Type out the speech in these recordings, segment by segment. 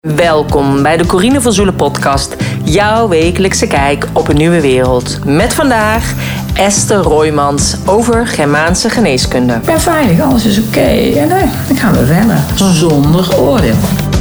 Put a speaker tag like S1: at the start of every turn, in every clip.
S1: Welkom bij de Corine van Zoelen podcast, jouw wekelijkse kijk op een nieuwe wereld. Met vandaag Esther Roijmans over Germaanse geneeskunde.
S2: Ik ben veilig, alles is oké. En dan gaan we verder, zonder oordeel.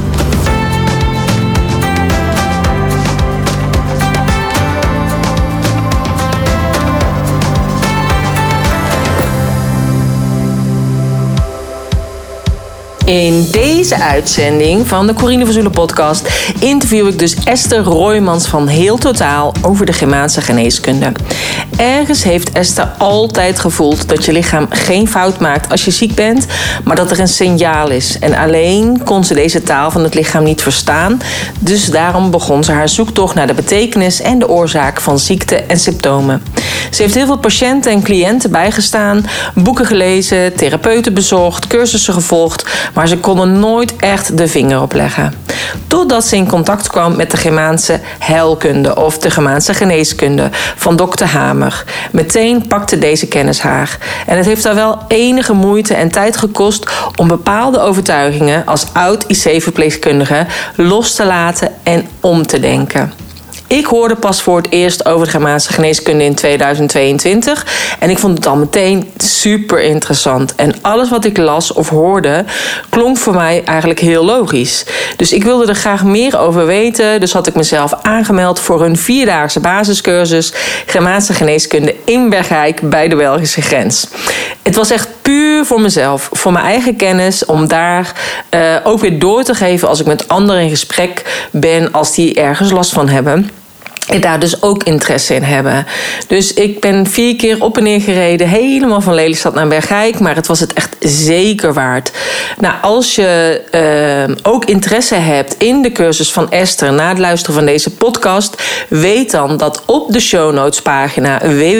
S1: In deze uitzending van de Corine van Zoelen podcast interview ik dus Esther Roijmans van Heel Totaal over de Germaanse geneeskunde. Ergens heeft Esther altijd gevoeld dat je lichaam geen fout maakt als je ziek bent, maar dat er een signaal is. En alleen kon ze deze taal van het lichaam niet verstaan, dus daarom begon ze haar zoektocht naar de betekenis en de oorzaak van ziekte en symptomen. Ze heeft heel veel patiënten en cliënten bijgestaan, boeken gelezen, therapeuten bezocht, cursussen gevolgd, maar ze konden nooit echt de vinger op leggen. Totdat ze in contact kwam met de Germaanse heilkunde of de Germaanse geneeskunde van dokter Hamer. Meteen pakte deze kennis haar. En het heeft haar wel enige moeite en tijd gekost om bepaalde overtuigingen als oud IC-verpleegkundige los te laten en om te denken. Ik hoorde pas voor het eerst over de Germaanse geneeskunde in 2022 en ik vond het al meteen super interessant. En alles wat ik las of hoorde klonk voor mij eigenlijk heel logisch. Dus ik wilde er graag meer over weten, dus had ik mezelf aangemeld voor een 4-daagse basiscursus Germaanse geneeskunde in Bergijk bij de Belgische grens. Het was echt puur voor mezelf, voor mijn eigen kennis, om daar ook weer door te geven als ik met anderen in gesprek ben als die ergens last van hebben. En daar dus ook interesse in hebben. Dus ik ben 4 keer op en neer gereden, helemaal van Lelystad naar Bergijk, maar het was het echt zeker waard. Nou, als je ook interesse hebt in de cursus van Esther na het luisteren van deze podcast, weet dan dat op de show notes pagina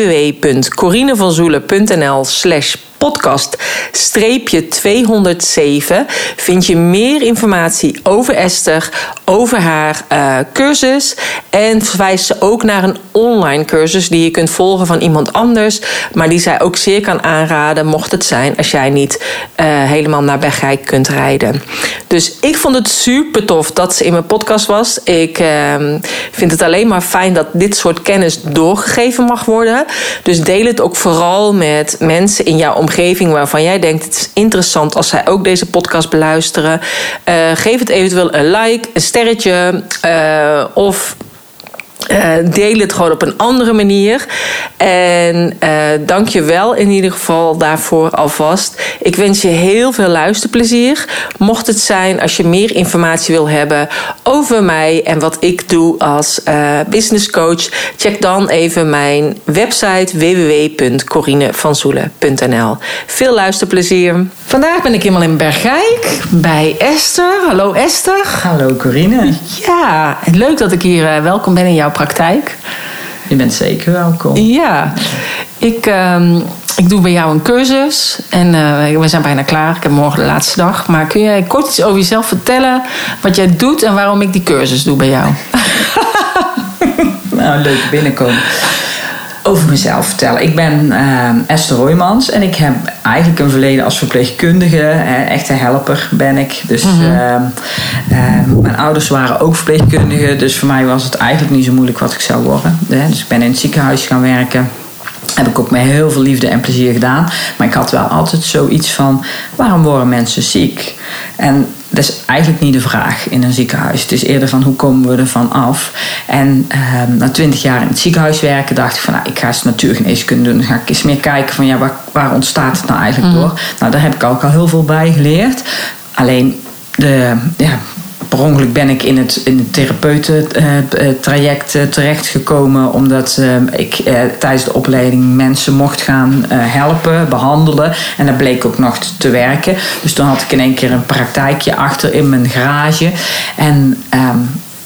S1: www.corinevanzoelen.nl/podcast-207 vind je meer informatie over Esther, over haar cursus en verwijst ze ook naar een online cursus die je kunt volgen van iemand anders, maar die zij ook zeer kan aanraden mocht het zijn als jij niet helemaal naar Bergijk kunt rijden. Dus ik vond het super tof dat ze in mijn podcast was. Ik vind het alleen maar fijn dat dit soort kennis doorgegeven mag worden. Dus deel het ook vooral met mensen in jouw omgeving waarvan jij denkt het is interessant als zij ook deze podcast beluisteren. Geef het eventueel een like, een sterretje of deel het gewoon op een andere manier. En dank je wel in ieder geval daarvoor alvast. Ik wens je heel veel luisterplezier. Mocht het zijn als je meer informatie wil hebben over mij en wat ik doe als business coach, check dan even mijn website www.corinevanzoelen.nl. Veel luisterplezier. Vandaag ben ik helemaal in Bergijk bij Esther. Hallo Esther.
S2: Hallo Corine.
S1: Ja, leuk dat ik hier welkom ben in jouw praktijk.
S2: Je bent zeker welkom.
S1: Ja, ik doe bij jou een cursus en we zijn bijna klaar. Ik heb morgen de laatste dag. Maar kun jij kort iets over jezelf vertellen, wat jij doet en waarom ik die cursus doe bij jou?
S2: Nou, leuk binnenkomen. Over mezelf vertellen. Ik ben Esther Roijmans en ik heb eigenlijk een verleden als verpleegkundige. Echte helper ben ik. Dus mijn ouders waren ook verpleegkundigen. Dus voor mij was het eigenlijk niet zo moeilijk wat ik zou worden. Dus ik ben in het ziekenhuis gaan werken. Heb ik ook met heel veel liefde en plezier gedaan. Maar ik had wel altijd zoiets van, waarom worden mensen ziek? En dat is eigenlijk niet de vraag in een ziekenhuis. Het is eerder van, hoe komen we ervan af? En na 20 jaar in het ziekenhuis werken dacht ik van, ik ga eens natuurgeneeskunde doen. Dan ga ik eens meer kijken van, waar ontstaat het nou eigenlijk door? Nou, daar heb ik ook al heel veel bij geleerd. Alleen, per ongeluk ben ik in het therapeutentraject terechtgekomen, omdat ik tijdens de opleiding mensen mocht gaan helpen, behandelen. En dat bleek ook nog te werken. Dus toen had ik in één keer een praktijkje achter in mijn garage. En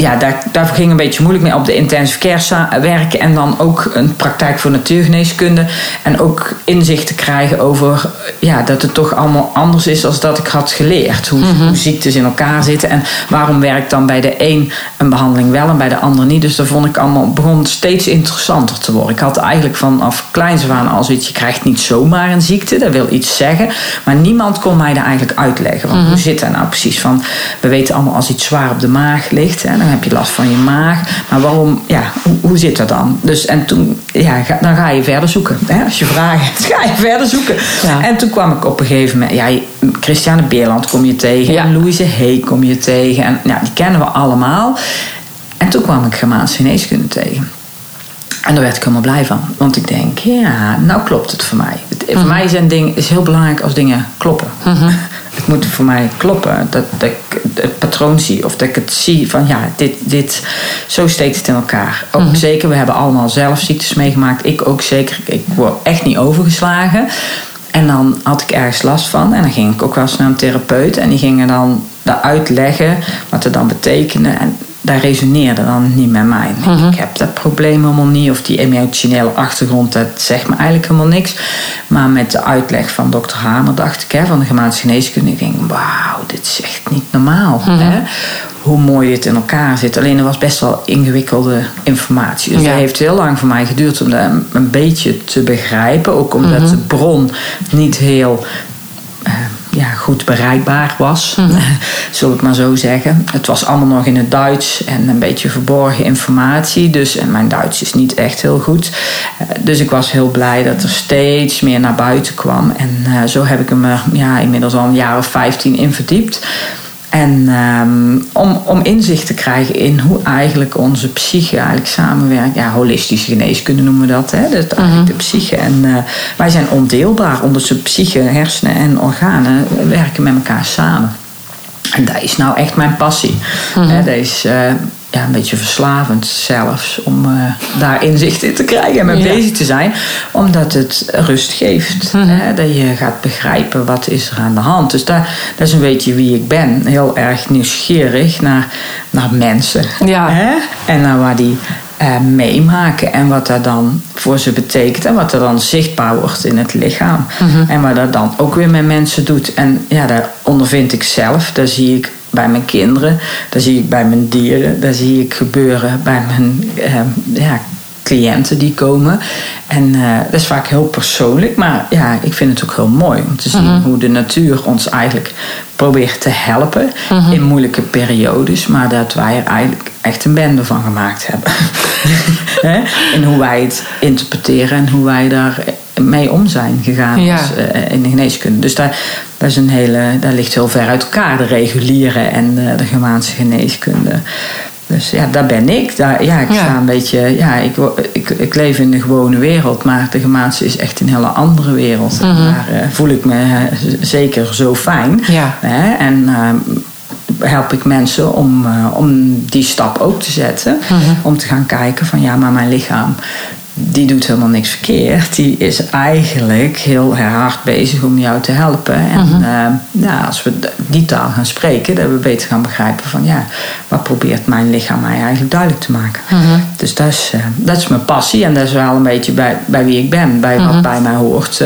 S2: daar ging een beetje moeilijk mee op de intensive care werken. En dan ook een praktijk voor natuurgeneeskunde. En ook inzicht te krijgen over dat het toch allemaal anders is dan dat ik had geleerd. Hoe ziektes in elkaar zitten. En waarom werkt dan bij de een behandeling wel en bij de ander niet. Dus dat vond ik begon steeds interessanter te worden. Ik had eigenlijk vanaf kleins af aan al zoiets. Je krijgt niet zomaar een ziekte. Dat wil iets zeggen. Maar niemand kon mij daar eigenlijk uitleggen. Want hoe zit dat nou precies? We weten allemaal als iets zwaar op de maag ligt. Hè, dan heb je last van je maag. Maar waarom? Hoe zit dat dan? Dus en toen, dan ga je verder zoeken. Hè? Als je vragen hebt, ga je verder zoeken. Ja. En toen kwam ik op een gegeven moment... Christiane Beerland kom je tegen. En Louise Hay kom je tegen. En die kennen we allemaal. En toen kwam ik Germaanse geneeskunde tegen. En daar werd ik helemaal blij van. Want ik denk, nou klopt het voor mij. Voor mij is heel belangrijk als dingen kloppen. Het moet voor mij kloppen. Dat ik het patroon zie. Of dat ik het zie van dit zo steekt het in elkaar. Ook zeker, we hebben allemaal zelf ziektes meegemaakt. Ik ook zeker. Ik word echt niet overgeslagen. En dan had ik ergens last van. En dan ging ik ook wel eens naar een therapeut. En die gingen dan uitleggen wat het dan betekende. En dat resoneerde dan niet met mij. Ik heb dat probleem helemaal niet. Of die emotionele achtergrond, dat zegt me eigenlijk helemaal niks. Maar met de uitleg van dokter Hamer dacht ik, van de Germaanse geneeskunde. Ik denk, wauw, dit is echt niet normaal. Hè? Hoe mooi dit in elkaar zit. Alleen er was best wel ingewikkelde informatie. Dus het heeft heel lang voor mij geduurd om dat een beetje te begrijpen. Ook omdat de bron niet heel... goed bereikbaar was, zullen ik maar zo zeggen. Het was allemaal nog in het Duits en een beetje verborgen informatie. En mijn Duits is niet echt heel goed. Dus ik was heel blij dat er steeds meer naar buiten kwam. En zo heb ik hem inmiddels al een jaar of 15 in verdiept. En om inzicht te krijgen in hoe eigenlijk onze psyche eigenlijk samenwerkt. Holistische geneeskunde noemen we dat. Hè? Dat is eigenlijk de psyche. En wij zijn ondeelbaar. Onze psyche, hersenen en organen werken met elkaar samen. En dat is nou echt mijn passie. Dat is... een beetje verslavend zelfs om daar inzicht in te krijgen en mee bezig te zijn. Omdat het rust geeft. Hè? Dat je gaat begrijpen wat is er aan de hand. Dus dat is een beetje wie ik ben. Heel erg nieuwsgierig naar mensen. Ja. Hè? En naar waar die meemaken en wat dat dan voor ze betekent en wat er dan zichtbaar wordt in het lichaam. En wat dat dan ook weer met mensen doet. En dat ondervind ik zelf. Dat zie ik bij mijn kinderen, dat zie ik bij mijn dieren, dat zie ik gebeuren bij mijn cliënten die komen. En dat is vaak heel persoonlijk, maar ik vind het ook heel mooi om te zien hoe de natuur ons eigenlijk probeert te helpen in moeilijke periodes, maar dat wij er eigenlijk echt een bende van gemaakt hebben. En hoe wij het interpreteren en hoe wij daar mee om zijn gegaan in de geneeskunde. Dus daar ligt heel ver uit elkaar, de reguliere en de Germaanse geneeskunde. Dus daar ben ik. Ik sta een beetje... Ik leef in de gewone wereld, maar de Germaanse is echt een hele andere wereld. En daar voel ik me zeker zo fijn. Ja. En help ik mensen om die stap ook te zetten. Om te gaan kijken van maar mijn lichaam... die doet helemaal niks verkeerd. Die is eigenlijk heel hard bezig om jou te helpen. En als we die taal gaan spreken, dat we beter gaan begrijpen van wat probeert mijn lichaam mij eigenlijk duidelijk te maken. Dus dat is mijn passie en dat is wel een beetje bij wie ik ben, bij wat bij mij hoort.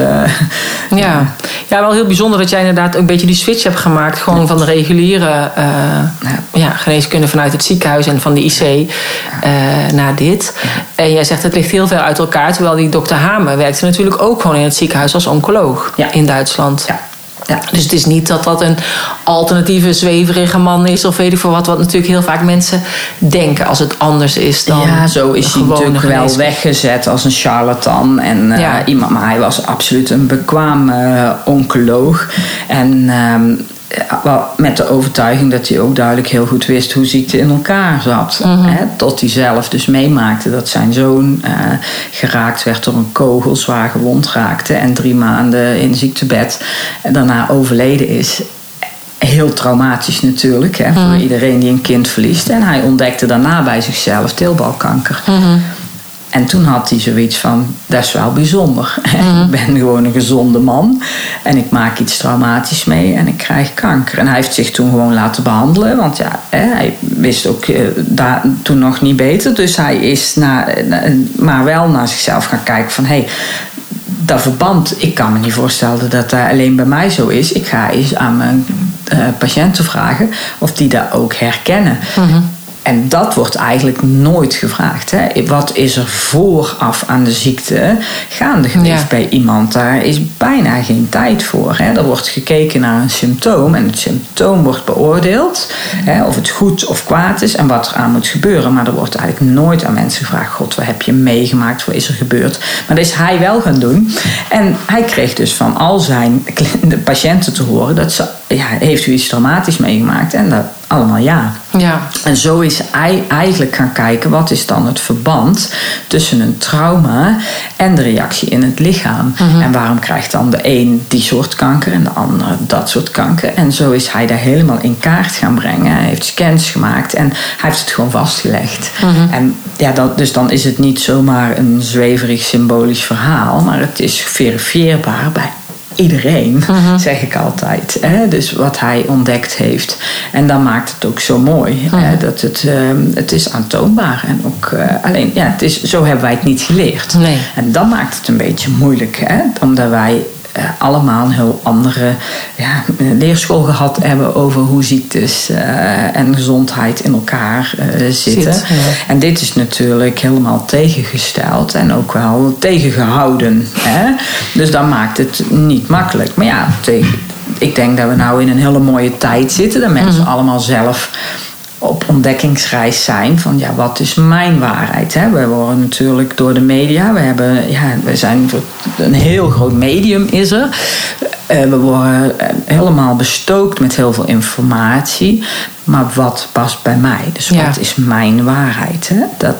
S2: Wel heel bijzonder dat jij inderdaad een beetje die switch hebt gemaakt, gewoon van de reguliere geneeskunde vanuit het ziekenhuis en van de IC naar dit. En jij zegt het ligt heel veel uit elkaar, terwijl die dokter Hamer werkte natuurlijk ook gewoon in het ziekenhuis als oncoloog in Duitsland. Ja. Dus het is niet dat een alternatieve zweverige man is of weet ik veel wat natuurlijk heel vaak mensen denken als het anders is dan zo is hij natuurlijk wel weggezet als een charlatan en iemand, maar hij was absoluut een bekwaam oncoloog en met de overtuiging dat hij ook duidelijk heel goed wist hoe ziekte in elkaar zat. Tot hij zelf dus meemaakte dat zijn zoon geraakt werd door een kogel, zwaar gewond raakte en 3 maanden in ziektebed en daarna overleden is. Heel traumatisch natuurlijk voor iedereen die een kind verliest. En hij ontdekte daarna bij zichzelf teelbalkanker. En toen had hij zoiets van, dat is wel bijzonder. Ik ben gewoon een gezonde man en ik maak iets traumatisch mee en ik krijg kanker. En hij heeft zich toen gewoon laten behandelen, want ja, hij wist ook toen nog niet beter. Dus hij is maar wel naar zichzelf gaan kijken van, dat verband, ik kan me niet voorstellen dat dat alleen bij mij zo is. Ik ga eens aan mijn patiënten vragen of die dat ook herkennen. En dat wordt eigenlijk nooit gevraagd. Hè? Wat is er vooraf aan de ziekte gaande geweest bij iemand? Daar is bijna geen tijd voor. Hè? Er wordt gekeken naar een symptoom en het symptoom wordt beoordeeld. Hè? Of het goed of kwaad is en wat er aan moet gebeuren. Maar er wordt eigenlijk nooit aan mensen gevraagd, God, wat heb je meegemaakt? Wat is er gebeurd? Maar dat is hij wel gaan doen. En hij kreeg dus van al zijn patiënten te horen dat ze, heeft u iets traumatisch meegemaakt? En dat allemaal ja. En zo is hij eigenlijk gaan kijken, wat is dan het verband tussen een trauma en de reactie in het lichaam? En waarom krijgt dan de een die soort kanker en de ander dat soort kanker? En zo is hij daar helemaal in kaart gaan brengen. Hij heeft scans gemaakt en hij heeft het gewoon vastgelegd. En dus dan is het niet zomaar een zweverig symbolisch verhaal, maar het is verifieerbaar bij iedereen, zeg ik altijd. Dus wat hij ontdekt heeft. En dan maakt het ook zo mooi. Dat het is aantoonbaar. En ook, alleen, zo hebben wij het niet geleerd. Nee. En dat maakt het een beetje moeilijk. Omdat wij allemaal een heel andere leerschool gehad hebben over hoe ziektes en gezondheid in elkaar zitten. En dit is natuurlijk helemaal tegengesteld en ook wel tegengehouden. Dus dat maakt het niet makkelijk. Maar ik denk dat we nou in een hele mooie tijd zitten. Dat mensen allemaal zelf op ontdekkingsreis zijn van wat is mijn waarheid. We worden natuurlijk door de media, we zijn een heel groot medium is er. We worden helemaal bestookt met heel veel informatie. Maar wat past bij mij? Dus wat is mijn waarheid?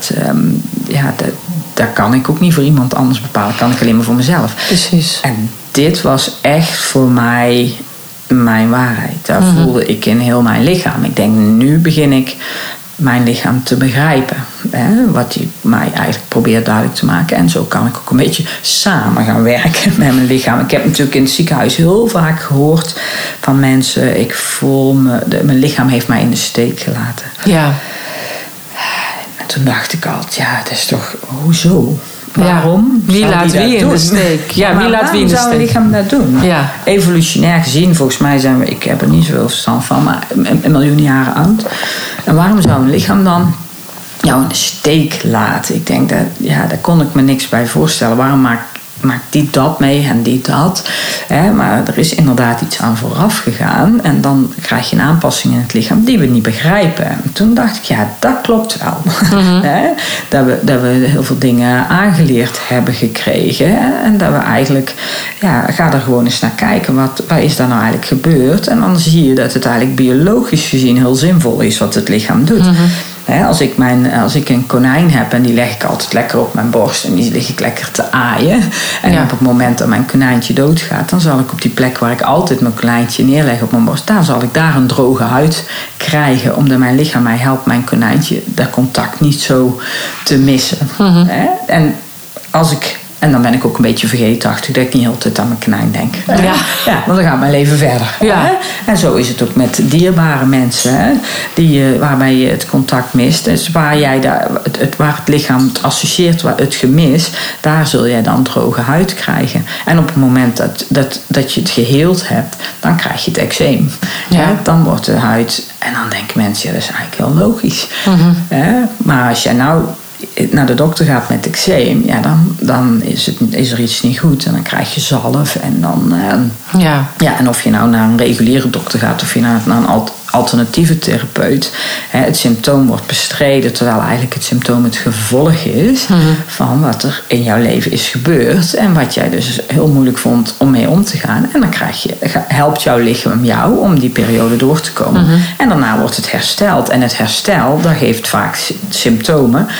S2: Dat kan ik ook niet voor iemand anders bepalen. Dat kan ik alleen maar voor mezelf.
S1: Precies.
S2: En dit was echt voor mij mijn waarheid. Daar voelde ik in heel mijn lichaam. Ik denk, nu begin ik mijn lichaam te begrijpen. Wat hij mij eigenlijk probeert duidelijk te maken. En zo kan ik ook een beetje samen gaan werken met mijn lichaam. Ik heb natuurlijk in het ziekenhuis heel vaak gehoord van mensen, ik voel mijn lichaam heeft mij in de steek gelaten. Ja. En toen dacht ik altijd, dat is toch, hoezo? Waarom?
S1: Wie laat wie in de steek? Wie laat wie in de steek?
S2: Waarom zou een lichaam dat doen? Ja. Evolutionair gezien, volgens mij zijn we, ik heb er niet zoveel verstand van, maar een miljoen jaren oud. En waarom zou een lichaam dan jou in de steek laten? Ik denk daar kon ik me niks bij voorstellen. Waarom maakt die dat mee en die dat? Maar er is inderdaad iets aan vooraf gegaan. En dan krijg je een aanpassing in het lichaam die we niet begrijpen. En toen dacht ik, dat klopt wel. Dat we heel veel dingen aangeleerd hebben gekregen. En dat we eigenlijk, ga er gewoon eens naar kijken. Wat is daar nou eigenlijk gebeurd? En dan zie je dat het eigenlijk biologisch gezien heel zinvol is wat het lichaam doet. Als ik een konijn heb en die leg ik altijd lekker op mijn borst en die lig ik lekker te aaien. En op het moment dat mijn konijntje doodgaat, dan zal ik op die plek waar ik altijd mijn konijntje neerleg op mijn borst, zal ik daar een droge huid krijgen, omdat mijn lichaam mij helpt mijn konijntje dat contact niet zo te missen. En dan ben ik ook een beetje vergeetachtig dat ik niet altijd aan mijn konijn denk. Want dan gaat mijn leven verder. Ja. En zo is het ook met dierbare mensen, waarbij je het contact mist. Dus waar het lichaam het associeert, het gemis, daar zul jij dan droge huid krijgen. En op het moment dat je het geheeld hebt, dan krijg je het eczeem. Dan wordt de huid, en dan denken mensen, dat is eigenlijk heel logisch. Maar als jij nou naar de dokter gaat met eczeem, dan is er iets niet goed. En dan krijg je zalf. En dan en of je nou naar een reguliere dokter gaat of je naar een alternatieve therapeut. Het symptoom wordt bestreden, terwijl eigenlijk het symptoom het gevolg is van wat er in jouw leven is gebeurd. En wat jij dus heel moeilijk vond om mee om te gaan. En dan helpt jouw lichaam jou om die periode door te komen. En daarna wordt het hersteld. En het herstel, dat geeft vaak symptomen.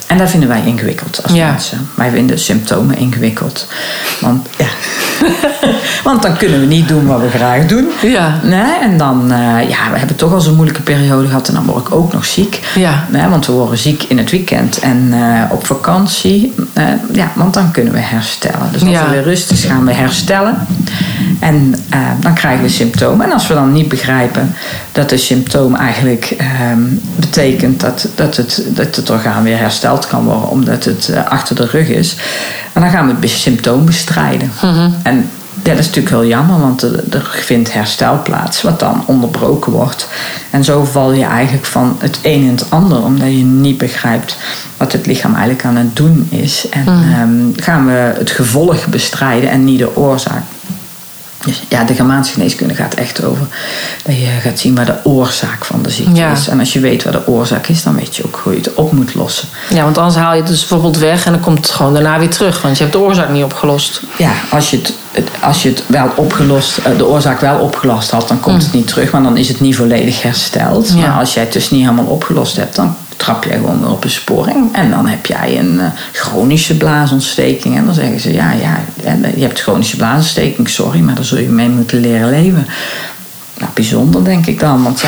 S2: En dat vinden wij ingewikkeld als mensen. Wij vinden symptomen ingewikkeld. Want, want dan kunnen we niet doen wat we graag doen. Ja. Nee, en dan, we hebben toch al zo'n moeilijke periode gehad. En dan word ik ook nog ziek. Ja. Nee, want we worden ziek in het weekend en op vakantie. Want dan kunnen we herstellen. Dus als we weer rustig is, gaan we herstellen. En dan krijgen we symptomen. En als we dan niet begrijpen dat de symptoom eigenlijk betekent dat het orgaan weer hersteld kan worden, omdat het achter de rug is, en dan gaan we het symptoom bestrijden. Mm-hmm. En dat is natuurlijk heel jammer, want er vindt herstel plaats, wat dan onderbroken wordt. En zo val je eigenlijk van het een in het ander, omdat je niet begrijpt wat het lichaam eigenlijk aan het doen is. En gaan we het gevolg bestrijden en niet de oorzaak. Dus de germaanse geneeskunde gaat echt over dat je gaat zien waar de oorzaak van de ziekte is. En als je weet waar de oorzaak is, dan weet je ook hoe je het op moet lossen. Ja, want anders haal je het dus bijvoorbeeld weg en dan komt het gewoon daarna weer terug. Want je hebt de oorzaak niet opgelost. Ja, als je het wel opgelost, de oorzaak wel opgelost had, dan komt het niet terug. Maar dan is het niet volledig hersteld. Ja. Maar als jij het dus niet helemaal opgelost hebt, dan trap jij gewoon weer op een sporing. En dan heb jij een chronische blaasontsteking. En dan zeggen ze, je hebt chronische blaasontsteking, sorry, maar daar zul je mee moeten leren leven. Nou, bijzonder denk ik dan. Want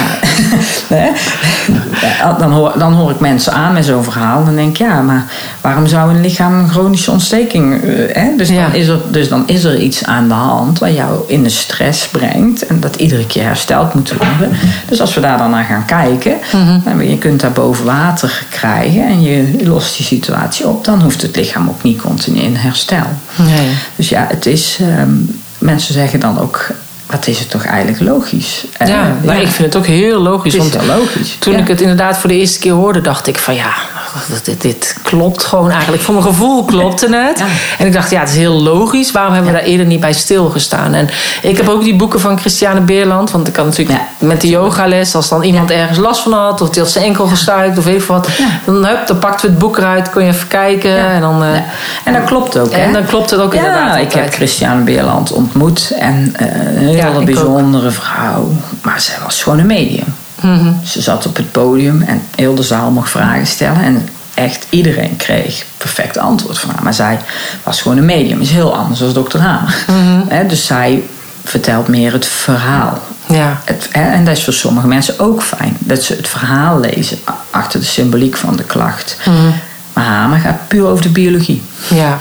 S2: dan hoor ik mensen aan met zo'n verhaal. Dan denk ik, maar waarom zou een lichaam een chronische ontsteking... Dus dan is er iets aan de hand wat jou in de stress brengt. En dat iedere keer hersteld moet worden. Dus als we daar dan naar gaan kijken... en je kunt daar boven water krijgen... en je lost die situatie op... dan hoeft het lichaam ook niet continu in herstel. Nee. Dus het is... mensen zeggen dan ook... Wat is het toch eigenlijk logisch? Maar ik vind het ook heel logisch. Het is heel logisch. Toen ik het inderdaad voor de eerste keer hoorde, dacht ik van dit klopt gewoon eigenlijk. Voor mijn gevoel klopte het. Ja. En ik dacht, het is heel logisch. Waarom hebben we daar eerder niet bij stilgestaan? En ik heb ook die boeken van Christiane Beerland. Want ik kan natuurlijk met de yogales, als dan iemand ergens last van had, of die had zijn enkel gestuikt, of even wat. Ja. Dan pakten we het boek eruit, kon je even kijken. Ja. En dan, en dat klopt ook. En dan klopt het ook inderdaad. Ik heb Christiane Beerland ontmoet. En een hele bijzondere vrouw. Maar zij was gewoon een medium. Mm-hmm. Ze zat op het podium en heel de zaal mocht vragen stellen. En echt iedereen kreeg perfect antwoord van haar. Maar zij was gewoon een medium. Is heel anders dan dokter Hamer. Mm-hmm. Dus zij vertelt meer het verhaal. Ja. En dat is voor sommige mensen ook fijn. Dat ze het verhaal lezen achter de symboliek van de klacht. Mm-hmm. Maar Hamer gaat puur over de biologie. Ja.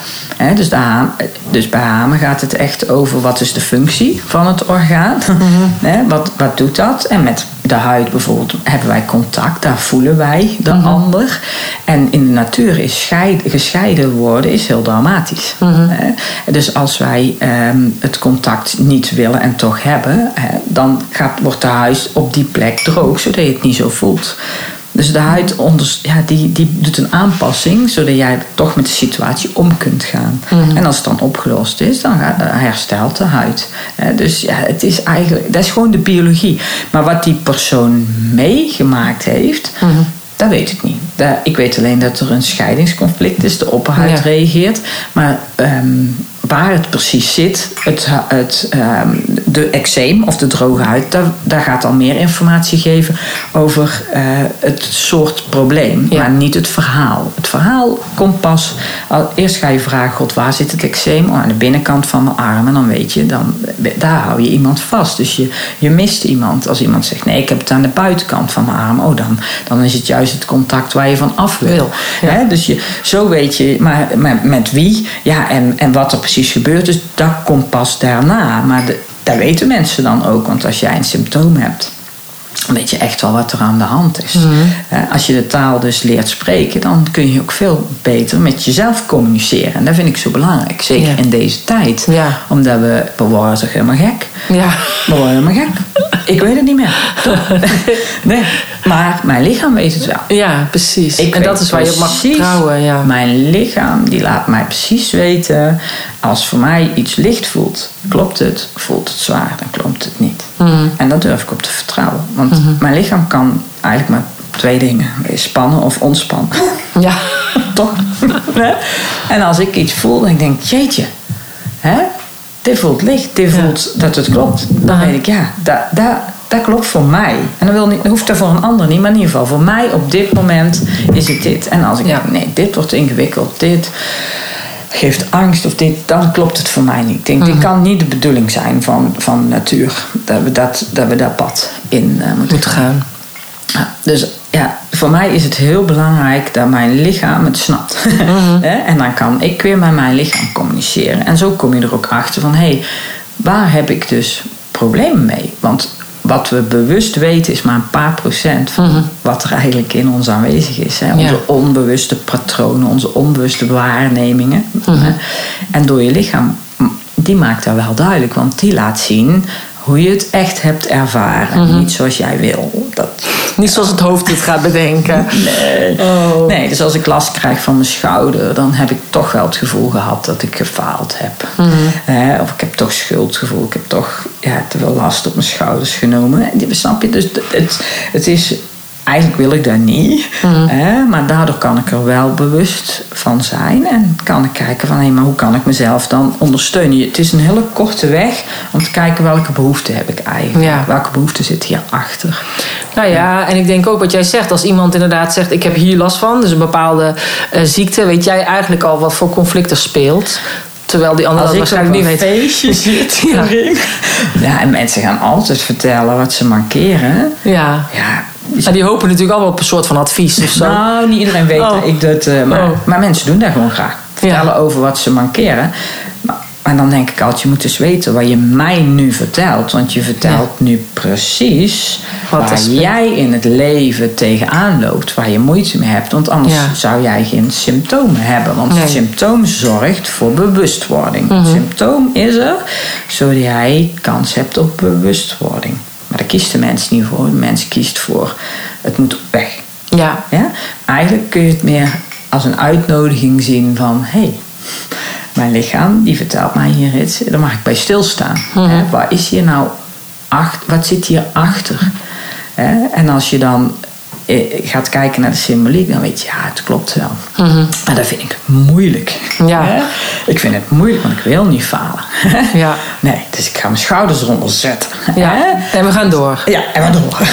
S2: Dus bij Hamer gaat het echt over wat is de functie van het orgaan. Mm-hmm. Wat doet dat? En met de huid bijvoorbeeld hebben wij contact. Daar voelen wij de ander. En in de natuur is gescheiden worden is heel dramatisch. Mm-hmm. Dus als wij het contact niet willen en toch hebben... dan wordt de huid op die plek droog, zodat je het niet zo voelt. Dus de huid die doet een aanpassing, zodat jij toch met de situatie om kunt gaan. Mm-hmm. En als het dan opgelost is, dan herstelt de huid. Dus het is eigenlijk, dat is gewoon de biologie. Maar wat die persoon meegemaakt heeft, dat weet ik niet. Ik weet alleen dat er een scheidingsconflict is, de opperhuid reageert. Maar waar het precies zit, de eczeem of de droge huid, daar gaat dan meer informatie geven over het soort probleem, maar niet het verhaal. Het verhaal komt pas, eerst ga je vragen, God, waar zit het eczeem? Aan de binnenkant van mijn arm. En dan weet je, daar hou je iemand vast. Dus je mist iemand. Als iemand zegt, nee, ik heb het aan de buitenkant van mijn arm. Dan is het juist het contact waar je van af wil. Ja. Dus zo weet je, maar met wie, en wat er precies gebeurt. Dus dat komt pas daarna. Maar dat weten mensen dan ook. Want als jij een symptoom hebt, dan weet je echt wel wat er aan de hand is. Mm-hmm. Als je de taal dus leert spreken, dan kun je ook veel beter met jezelf communiceren. En dat vind ik zo belangrijk. Zeker in deze tijd. Ja. Omdat we worden toch helemaal gek. Ja. We worden helemaal gek. Ik weet het niet meer. Nee. Maar mijn lichaam weet het wel. Ja, precies. En dat is waar je op mag vertrouwen. Ja. Mijn lichaam die laat mij precies weten, als voor mij iets licht voelt, klopt het. Voelt het zwaar, dan klopt het niet. Mm-hmm. En daar durf ik op te vertrouwen. Want mijn lichaam kan eigenlijk maar 2 dingen. Spannen of ontspannen. Ja. Toch? En als ik iets voel, dan denk ik, jeetje. Dit voelt licht. Dit voelt dat het klopt. Dan weet ik, dat klopt voor mij. En dat hoeft dat voor een ander niet, maar in ieder geval voor mij op dit moment is het dit. En als ik denk, nee, dit wordt ingewikkeld, dit geeft angst of dit, dan klopt het voor mij niet. Ik denk, dit kan niet de bedoeling zijn van natuur. Dat we dat pad in moeten gaan. Dus ja, voor mij is het heel belangrijk dat mijn lichaam het snapt. En dan kan ik weer met mijn lichaam communiceren. En zo kom je er ook achter van, waar heb ik dus problemen mee? Want wat we bewust weten is maar een paar procent van wat er eigenlijk in ons aanwezig is. Hè? Onze onbewuste patronen, onze onbewuste waarnemingen. En door je lichaam, die maakt dat wel duidelijk. Want die laat zien hoe je het echt hebt ervaren. Niet zoals jij wil.
S1: Niet zoals het hoofd het gaat bedenken.
S2: Nee, dus als ik last krijg van mijn schouder, dan heb ik toch wel het gevoel gehad dat ik gefaald heb. Of ik heb toch schuldgevoel. Ik heb toch te veel last op mijn schouders genomen. Snap je? Dus het is... Eigenlijk wil ik dat niet. Maar daardoor kan ik er wel bewust van zijn. En kan ik kijken van, maar hoe kan ik mezelf dan ondersteunen? Het is een hele korte weg om te kijken welke behoeften heb ik eigenlijk. Ja. Welke behoeften zit hierachter?
S1: Nou ja, en ik denk ook wat jij zegt. Als iemand inderdaad zegt, ik heb hier last van. Dus een bepaalde ziekte. Weet jij eigenlijk al wat voor conflicten speelt? Terwijl die anderen waarschijnlijk niet weten.
S2: Als ik op een feestje zit. En mensen gaan altijd vertellen wat ze mankeren.
S1: Ja. Maar die hopen natuurlijk allemaal op een soort van advies of zo.
S2: Nou, niet iedereen weet dat ik dat... Maar mensen doen dat gewoon graag. Vertellen over wat ze mankeren. Maar dan denk ik altijd, je moet dus weten wat je mij nu vertelt. Want je vertelt nu precies waar jij in het leven tegenaan loopt. Waar je moeite mee hebt. Want anders zou jij geen symptomen hebben. Want het symptoom zorgt voor bewustwording. Het symptoom is er zodat jij kans hebt op bewustwording. Maar daar kiest de mens niet voor. De mens kiest voor, het moet weg. Ja? Eigenlijk kun je het meer als een uitnodiging zien van... mijn lichaam, die vertelt mij hier iets. Daar mag ik bij stilstaan. Wat is hier nou wat zit hier achter? En als je dan gaat kijken naar de symboliek, dan weet je, het klopt wel. Maar dat vind ik moeilijk. Ik vind het moeilijk, want ik wil niet falen. Nee, dus ik ga mijn schouders eronder zetten.
S1: En we gaan door.
S2: En we door.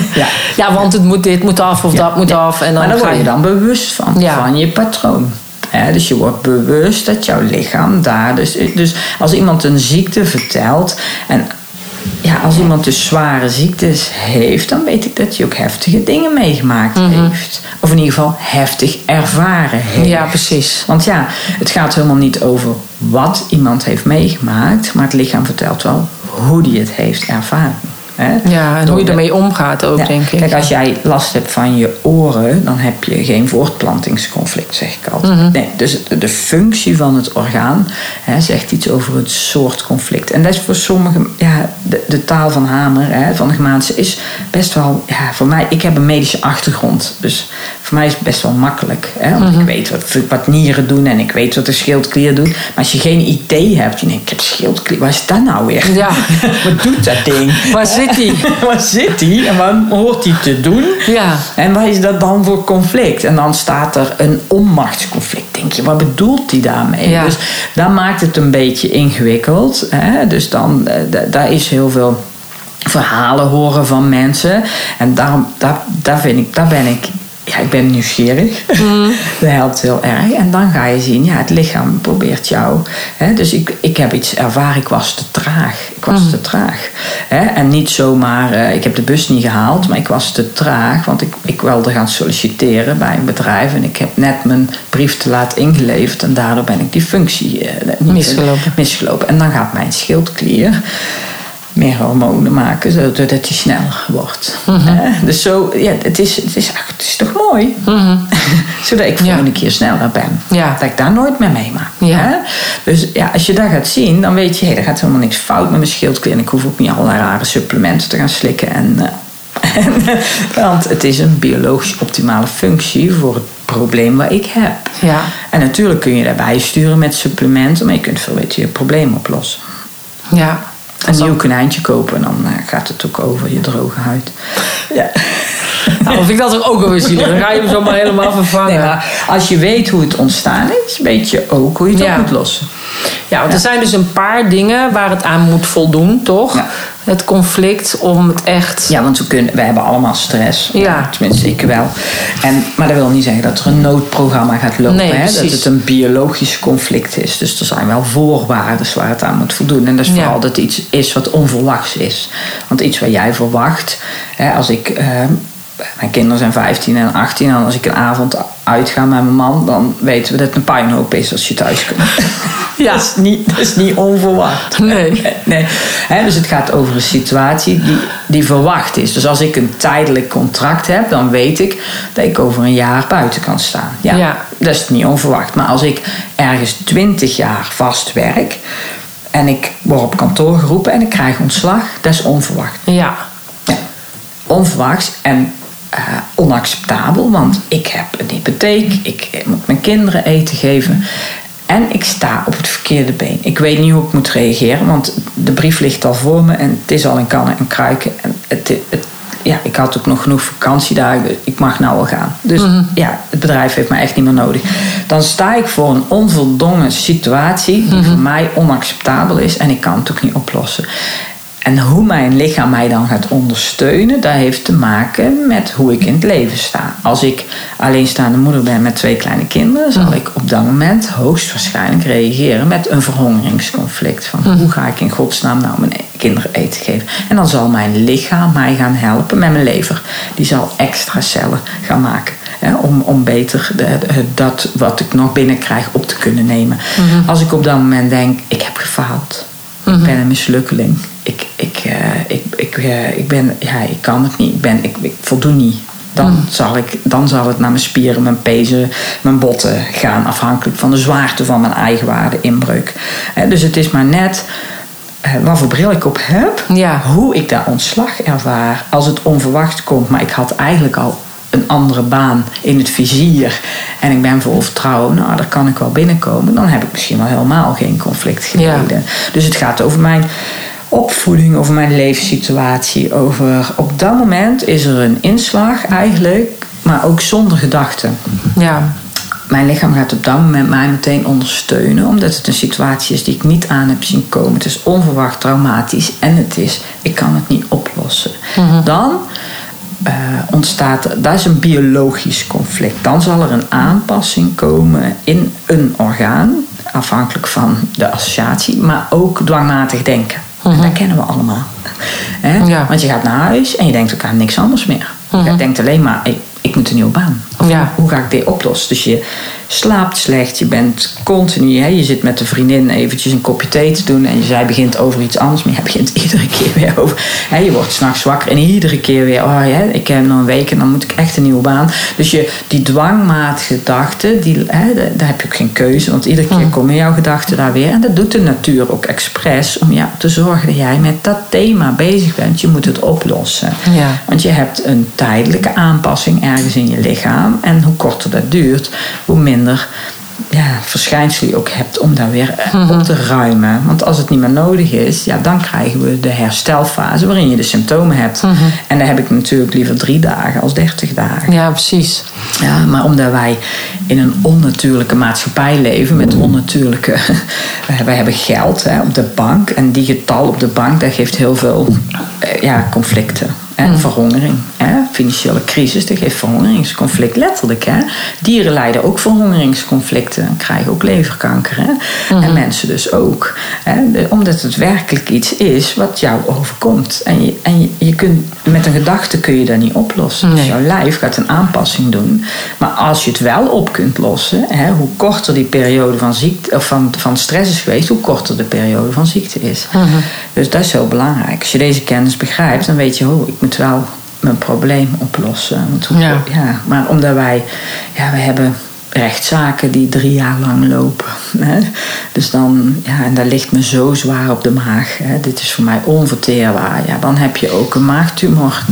S1: Want dit moet af of dat moet af. En dan
S2: maar daar word je dan bewust van je patroon. Dus je wordt bewust dat jouw lichaam daar... Dus als iemand een ziekte vertelt... en als iemand dus zware ziektes heeft... dan weet ik dat hij ook heftige dingen meegemaakt heeft. Of in ieder geval heftig ervaren heeft.
S1: Ja, precies.
S2: Want het gaat helemaal niet over wat iemand heeft meegemaakt... maar het lichaam vertelt wel hoe die het heeft ervaren.
S1: En hoe je ermee omgaat ook, denk ik.
S2: Kijk, als jij last hebt van je oren... dan heb je geen voortplantingsconflict, zeg ik altijd. Nee, dus de functie van het orgaan... zegt iets over het soort conflict. En dat is voor sommigen... de taal van Hamer, van de Germaanse... is best wel... voor mij, ik heb een medische achtergrond. Dus voor mij is het best wel makkelijk. Want ik weet wat nieren doen... en ik weet wat de schildklier doet. Maar als je geen idee hebt... je denkt, ik heb schildklier... waar is dat nou weer?
S1: Ja.
S2: Wat doet dat ding? Waar zit die? En wat hoort die te doen? En wat is dat dan voor conflict? En dan staat er een onmachtsconflict. Denk je, wat bedoelt die daarmee? Dus dat maakt het een beetje ingewikkeld. Dus dan, daar is heel veel verhalen horen van mensen. En daarom, daar ben ik... ik ben nieuwsgierig. Dat helpt heel erg. En dan ga je zien, het lichaam probeert jou. Dus ik heb iets ervaren, ik was te traag. En niet zomaar, ik heb de bus niet gehaald, maar ik was te traag. Want ik wilde gaan solliciteren bij een bedrijf. En ik heb net mijn brief te laat ingeleverd. En daardoor ben ik die functie misgelopen. En dan gaat mijn schildklier... meer hormonen maken, zodat het sneller wordt. Dus zo, het is toch mooi? Zodat ik volgende keer sneller ben. Dat ik daar nooit meer meemaak. Dus als je dat gaat zien, dan weet je... er gaat helemaal niks fout met mijn schildklier... en ik hoef ook niet allerlei rare supplementen te gaan slikken. Want het is een biologisch optimale functie... voor het probleem wat ik heb. En natuurlijk kun je daarbij sturen met supplementen... maar je kunt veel beter je probleem oplossen. Een nieuw konijntje kopen en dan gaat het ook over je droge huid.
S1: Nou, vind ik dat toch ook wel weer zielig. Dan ga je hem zomaar helemaal vervangen.
S2: Nee, maar als je weet hoe het ontstaan is, weet je ook hoe je het op moet lossen.
S1: Ja, want er zijn dus een paar dingen waar het aan moet voldoen, toch? Ja. Het conflict om het echt...
S2: Ja, want we hebben allemaal stress.
S1: Ja.
S2: Tenminste, ik wel. Maar dat wil niet zeggen dat er een noodprogramma gaat lopen.
S1: Nee,
S2: hè? Dat het een biologisch conflict is. Dus er zijn wel voorwaarden waar het aan moet voldoen. En dat is vooral dat iets is wat onverwachts is. Want iets wat jij verwacht... als ik... mijn kinderen zijn 15 en 18. En als ik een avond uitga met mijn man... dan weten we dat het een puinhoop is als je thuis komt. Ja. Dat is niet onverwacht.
S1: Nee.
S2: Dus het gaat over een situatie die verwacht is. Dus als ik een tijdelijk contract heb... dan weet ik dat ik over een jaar buiten kan staan. Ja. Dat is niet onverwacht. Maar als ik ergens 20 jaar vast werk... en ik word op kantoor geroepen en ik krijg ontslag... dat is onverwacht.
S1: Ja.
S2: Onverwachts en... onacceptabel, want ik heb een hypotheek, ik moet mijn kinderen eten geven en ik sta op het verkeerde been. Ik weet niet hoe ik moet reageren, want de brief ligt al voor me en het is al in kannen en kruiken. En ik had ook nog genoeg vakantiedagen, dus ik mag nou wel gaan. Dus het bedrijf heeft mij echt niet meer nodig. Dan sta ik voor een onvoldongen situatie die voor mij onacceptabel is en ik kan het ook niet oplossen. En hoe mijn lichaam mij dan gaat ondersteunen, dat heeft te maken met hoe ik in het leven sta. Als ik alleenstaande moeder ben met 2 kleine kinderen, zal ik op dat moment hoogstwaarschijnlijk reageren met een verhongeringsconflict. Van hoe ga ik in godsnaam nou mijn kinderen eten geven? En dan zal mijn lichaam mij gaan helpen met mijn lever. Die zal extra cellen gaan maken. Om beter dat wat ik nog binnenkrijg op te kunnen nemen. Als ik op dat moment denk, ik heb gefaald. Ik ben een mislukkeling. Ik kan het niet. Ik voldoe niet. Dan zal het naar mijn spieren, mijn pezen, mijn botten gaan. Afhankelijk van de zwaarte van mijn eigenwaarde inbreuk. Dus het is maar net wat voor bril ik op heb. Ja. Hoe ik dat ontslag ervaar. Als het onverwacht komt. Maar ik had eigenlijk al een andere baan in het vizier. En ik ben vol vertrouwen. Nou, daar kan ik wel binnenkomen. Dan heb ik misschien wel helemaal geen conflict geleden. Ja. Dus het gaat over mijn opvoeding, over mijn levenssituatie. Op dat moment is er een inslag eigenlijk. Maar ook zonder gedachten. Ja. Mijn lichaam gaat op dat moment mij meteen ondersteunen. Omdat het een situatie is die ik niet aan heb zien komen. Het is onverwacht traumatisch. En ik kan het niet oplossen. Dan... dat is een biologisch conflict. Dan zal er een aanpassing komen in een orgaan, afhankelijk van de associatie, maar ook dwangmatig denken. En dat kennen we allemaal. Ja. Want je gaat naar huis en je denkt ook aan niks anders meer. Je denkt alleen maar, ik moet een nieuwe baan. Hoe ga ik dit oplossen? Dus je slaapt slecht, je bent continu, je zit met een vriendin eventjes een kopje thee te doen en zij begint over iets anders, maar jij begint iedere keer weer over. Je wordt 's nachts wakker en iedere keer weer, ik heb nog een week en dan moet ik echt een nieuwe baan. Dus die dwangmatige gedachten, daar heb je ook geen keuze, want iedere keer komen jouw gedachten daar weer. En dat doet de natuur ook expres om te zorgen dat jij met dat thema bezig bent. Je moet het oplossen. Ja. Want je hebt een tijdelijke aanpassing ergens in je lichaam en hoe korter dat duurt, hoe minder verschijnsel je ook hebt om daar weer op te ruimen. Want als het niet meer nodig is, dan krijgen we de herstelfase waarin je de symptomen hebt. En dan heb ik natuurlijk liever 3 dagen als 30 dagen.
S1: Ja, precies.
S2: Ja, maar omdat wij in een onnatuurlijke maatschappij leven met onnatuurlijke... wij hebben geld op de bank en die getal op de bank, dat geeft heel veel conflicten. Verhongering, financiële crisis, dat geeft verhongeringsconflict, letterlijk. Dieren lijden ook verhongeringsconflicten en krijgen ook leverkanker. En mensen dus ook. Omdat het werkelijk iets is wat jou overkomt. En je kunt, met een gedachte kun je dat niet oplossen. Nee. Dus jouw lijf gaat een aanpassing doen. Maar als je het wel op kunt lossen, hoe korter die periode van ziekte of van stress is geweest, hoe korter de periode van ziekte is. Dus dat is heel belangrijk. Als je deze kennis begrijpt, dan weet je, ik moet wel mijn probleem oplossen. Maar omdat wij hebben rechtszaken die 3 jaar lang lopen. Dus dan, en dat ligt me zo zwaar op de maag. Dit is voor mij onverteerbaar. Dan heb je ook een maagtumor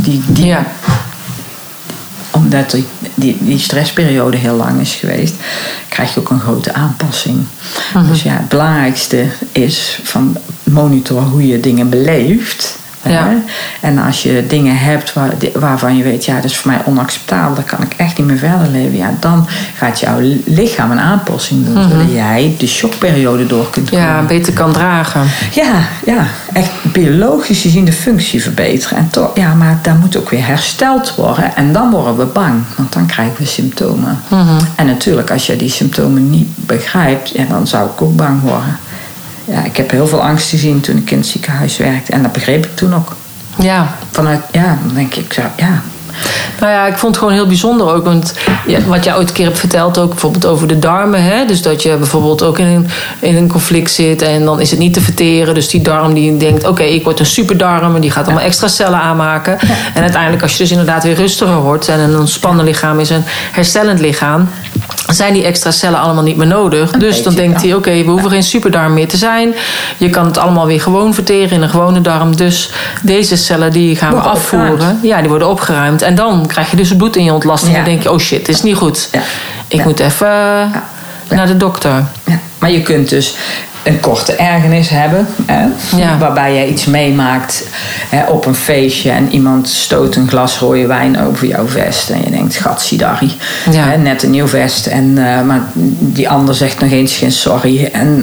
S2: omdat die stressperiode heel lang is geweest, krijg je ook een grote aanpassing. Dus het belangrijkste is van monitor hoe je dingen beleeft.
S1: Ja.
S2: En als je dingen hebt waarvan je weet, dat is voor mij onacceptabel, daar kan ik echt niet meer verder leven. Ja, dan gaat jouw lichaam een aanpassing doen, zodat jij de shockperiode door kunt komen.
S1: Ja, beter kan dragen.
S2: Ja, echt biologisch gezien de functie verbeteren. En toch, maar daar moet ook weer hersteld worden. En dan worden we bang, want dan krijgen we symptomen. En natuurlijk, als je die symptomen niet begrijpt, dan zou ik ook bang worden. Ja, ik heb heel veel angst gezien toen ik in het ziekenhuis werkte. En dat begreep ik toen ook.
S1: Ja.
S2: Dan denk ik zo,
S1: Nou ja, ik vond het gewoon heel bijzonder ook. Want wat jij ooit een keer hebt verteld, ook bijvoorbeeld over de darmen. Hè? Dus dat je bijvoorbeeld ook in een conflict zit en dan is het niet te verteren. Dus die darm die denkt, oké, ik word een superdarm en die gaat allemaal extra cellen aanmaken. Ja. En uiteindelijk als je dus inderdaad weer rustiger wordt en een ontspannen lichaam is een herstellend lichaam, zijn die extra cellen allemaal niet meer nodig. Dus dan denkt hij, oké, we hoeven geen superdarm meer te zijn. Je kan het allemaal weer gewoon verteren in een gewone darm. Dus deze cellen die gaan we afvoeren. Opgeruimd. Ja, die worden opgeruimd. En dan krijg je dus het bloed in je ontlasting. En dan denk je, oh shit, dit is niet goed. Ja. Ik moet even naar de dokter.
S2: Ja. Maar je kunt dus een korte ergernis hebben. Waarbij je iets meemaakt op een feestje. En iemand stoot een glas rode wijn over jouw vest. En je denkt, gatsidari. Ja. Net een nieuw vest. Maar die ander zegt nog eens geen sorry.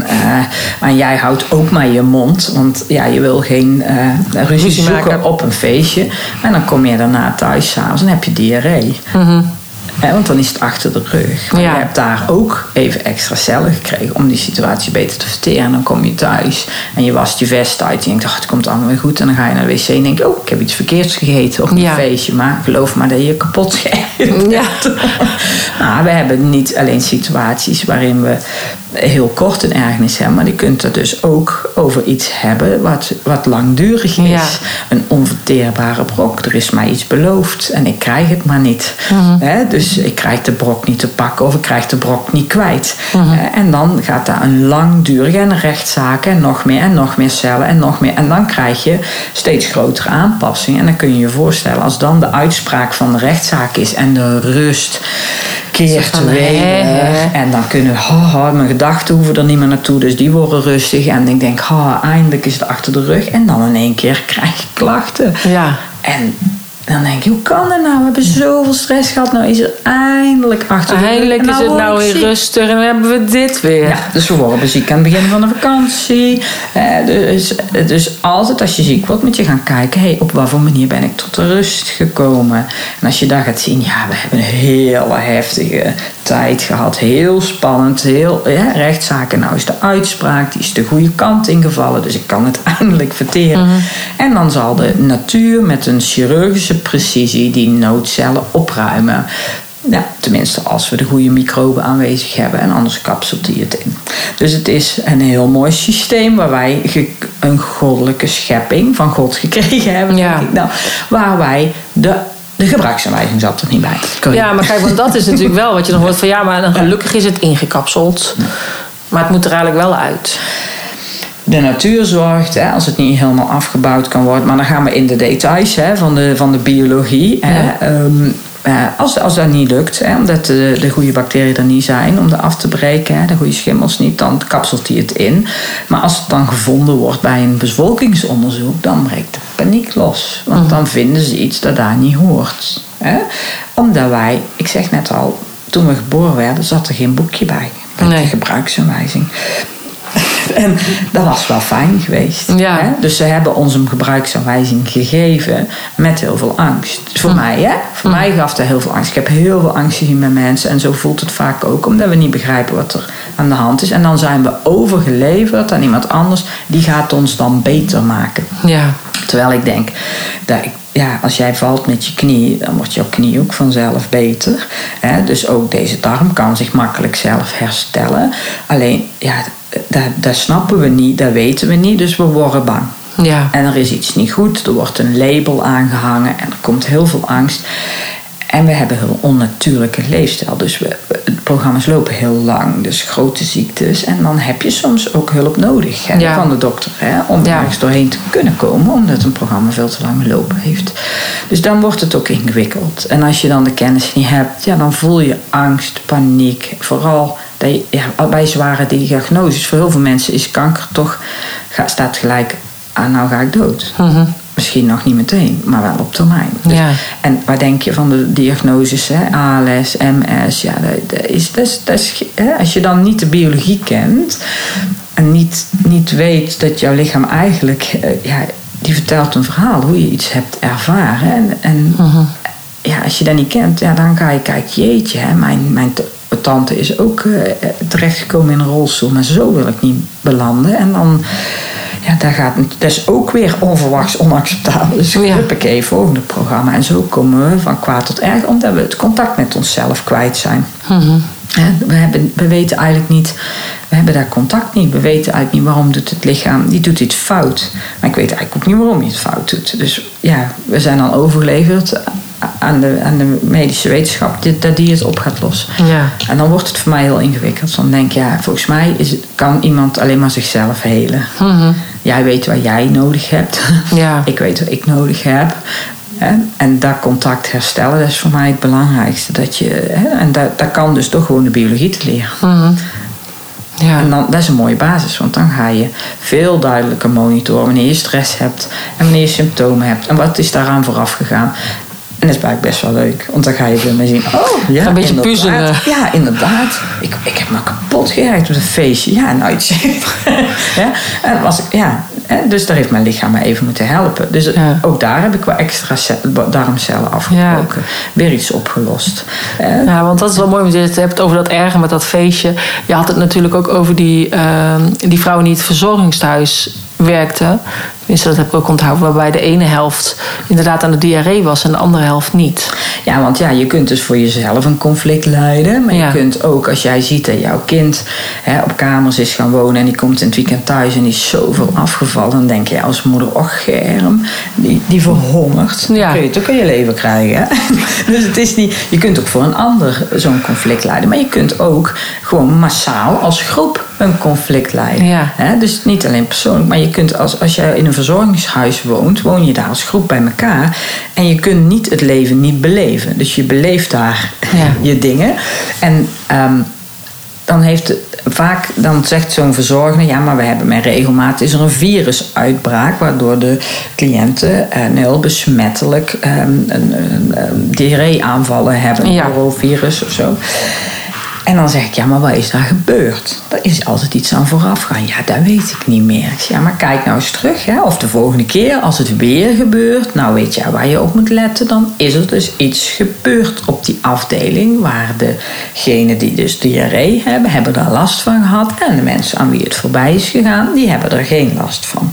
S2: En jij houdt ook maar je mond. Want je wil geen ruzie zoeken op een feestje. En dan kom je daarna thuis 's avonds en heb je diarree. Want dan is het achter de rug. Maar je hebt daar ook even extra cellen gekregen om die situatie beter te verteren. En dan kom je thuis en je wast je vest uit. Je denkt, het komt allemaal weer goed. En dan ga je naar de wc en denk je, ik heb iets verkeerds gegeten op een feestje. Maar geloof maar dat je kapot geërgerd hebt. Nou, we hebben niet alleen situaties waarin we heel kort een ergernis hebben. Maar je kunt er dus ook over iets hebben wat langdurig is. Ja. Een onverteerbare brok. Er is mij iets beloofd en ik krijg het maar niet. Dus ik krijg de brok niet te pakken of ik krijg de brok niet kwijt. En dan gaat daar een langdurige en een rechtszaak en nog meer cellen en nog meer. En dan krijg je steeds grotere aanpassingen. En dan kun je je voorstellen, als dan de uitspraak van de rechtszaak is en de rust keert weer. En dan kunnen mijn gedachten hoeven er niet meer naartoe, dus die worden rustig. En ik denk, eindelijk is het achter de rug. En dan in één keer krijg je klachten. Ja. En dan denk je, hoe kan dat nou? We hebben zoveel stress gehad. Nou is het eindelijk achter de rug.
S1: Eindelijk is het nou weer rustig en dan hebben we dit weer.
S2: Ja, dus we worden ziek aan het begin van de vakantie. Dus altijd als je ziek wordt moet je gaan kijken, op wat voor manier ben ik tot de rust gekomen. En als je daar gaat zien, we hebben een hele heftige tijd gehad. Heel spannend. Rechtszaken. Nou is de uitspraak, die is de goede kant ingevallen. Dus ik kan het eindelijk verteren. En dan zal de natuur met een chirurgische precisie die noodcellen opruimen. Ja, tenminste als we de goede microben aanwezig hebben. En anders kapselt die het in. Dus het is een heel mooi systeem waar wij een goddelijke schepping van God gekregen hebben. Ja. Denk ik nou, waar wij de gebruiksaanwijzing zat er niet bij.
S1: Ja, maar kijk, want dat is natuurlijk wel wat je nog hoort van maar dan gelukkig is het ingekapseld. Maar het moet er eigenlijk wel uit.
S2: De natuur zorgt, als het niet helemaal afgebouwd kan worden. Maar dan gaan we in de details van de biologie. Ja. Als dat niet lukt, omdat de goede bacteriën er niet zijn om dat af te breken, de goede schimmels niet, dan kapselt hij het in. Maar als het dan gevonden wordt bij een bevolkingsonderzoek, dan breekt de paniek los. Want dan vinden ze iets dat daar niet hoort. Omdat wij, ik zeg net al, toen we geboren werden, zat er geen boekje bij. Met de gebruiksaanwijzing. En dat was wel fijn geweest. Ja. Hè? Dus ze hebben ons een gebruiksaanwijzing gegeven met heel veel angst. Voor mij, Voor mij gaf dat heel veel angst. Ik heb heel veel angst gezien met mensen. En zo voelt het vaak ook, omdat we niet begrijpen wat er aan de hand is. En dan zijn we overgeleverd aan iemand anders. Die gaat ons dan beter maken. Ja. Terwijl ik denk, als jij valt met je knie, dan wordt jouw knie ook vanzelf beter. Dus ook deze darm kan zich makkelijk zelf herstellen. Alleen, dat snappen we niet, dat weten we niet, dus we worden bang. Ja. En er is iets niet goed, er wordt een label aangehangen en er komt heel veel angst. En we hebben een heel onnatuurlijke leefstijl. Dus de programma's lopen heel lang. Dus grote ziektes. En dan heb je soms ook hulp nodig van de dokter. Om ergens doorheen te kunnen komen. Omdat een programma veel te lang lopen heeft. Dus dan wordt het ook ingewikkeld. En als je dan de kennis niet hebt. Dan voel je angst, paniek. Vooral bij zware diagnoses. Voor heel veel mensen is kanker toch staat gelijk aan nou ga ik dood. Misschien nog niet meteen, maar wel op termijn. Dus,
S1: Ja.
S2: En wat denk je van de diagnoses, hè? ALS, MS, ja, dat is, als je dan niet de biologie kent en niet weet dat jouw lichaam eigenlijk, die vertelt een verhaal hoe je iets hebt ervaren. En ja, als je dat niet kent, ja, dan ga je kijken, jeetje, hè, mijn tante is ook terechtgekomen in een rolstoel, maar zo wil ik niet belanden. En dan, ja, dat is ook weer onverwachts onacceptabel. Dus huppakee, volgende programma. En zo komen we van kwaad tot erg, omdat we het contact met onszelf kwijt zijn. We weten eigenlijk niet, we hebben daar contact niet. We weten eigenlijk niet waarom doet het lichaam, die doet iets fout. Maar ik weet eigenlijk ook niet waarom hij het fout doet. Dus ja, we zijn dan overgeleverd aan de medische wetenschap dat die het op gaat lossen. Ja. En dan wordt het voor mij heel ingewikkeld. Dan denk ik, ja, volgens mij kan iemand alleen maar zichzelf helen. Jij weet wat jij nodig hebt. Ja. Ik weet wat ik nodig heb. En dat contact herstellen, dat is voor mij het belangrijkste. En dat kan dus toch gewoon de biologie te leren. Ja. En dan, dat is een mooie basis, want dan ga je veel duidelijker monitoren wanneer je stress hebt en wanneer je symptomen hebt. En wat is daaraan vooraf gegaan. En dat is eigenlijk best wel leuk, want dan ga je ermee zien. Oh, ja,
S1: een beetje puzzelen.
S2: Ja, inderdaad. Ik heb me kapot geërgerd op een feestje. Ja, een uitzicht. Ja, en dus daar heeft mijn lichaam me even moeten helpen. Dus ook daar heb ik wel extra darmcellen afgebroken. Ja. Weer iets opgelost.
S1: Ja, want dat is wel mooi, want je het hebt over dat erger met dat feestje. Je had het natuurlijk ook over die vrouw die in het verzorgingstehuis werkte. Tenminste, dat heb ik ook onthouden. Waarbij de ene helft inderdaad aan de diarree was en de andere helft niet.
S2: Ja, want je kunt dus voor jezelf een conflict leiden. Maar je kunt ook, als jij ziet dat jouw kind op kamers is gaan wonen en die komt in het weekend thuis en die is zoveel afgevallen, dan denk je als moeder, och Germ, die verhongert. Ja. Dan kun je leven krijgen. Hè? Dus het is niet, je kunt ook voor een ander zo'n conflict leiden. Maar je kunt ook gewoon massaal als groep een conflict leiden. Ja. Dus niet alleen persoonlijk, maar je kunt als jij in een verzorgingshuis woont, woon je daar als groep bij elkaar. En je kunt niet het leven niet beleven. Dus je beleeft daar je dingen. En dan zegt zo'n verzorgende, ja, maar we hebben met regelmaat is er een virusuitbraak, waardoor de cliënten heel besmettelijk diarree-aanvallen hebben, een norovirus of zo. En dan zeg ik, ja, maar wat is daar gebeurd? Er is altijd iets aan vooraf gaan. Ja, dat weet ik niet meer. Ik zeg, ja, maar kijk nou eens terug. Hè? Of de volgende keer, als het weer gebeurt, nou weet je waar je op moet letten, dan is er dus iets gebeurd op die afdeling, waar degenen die dus diarree hebben daar last van gehad. En de mensen aan wie het voorbij is gegaan, die hebben er geen last van.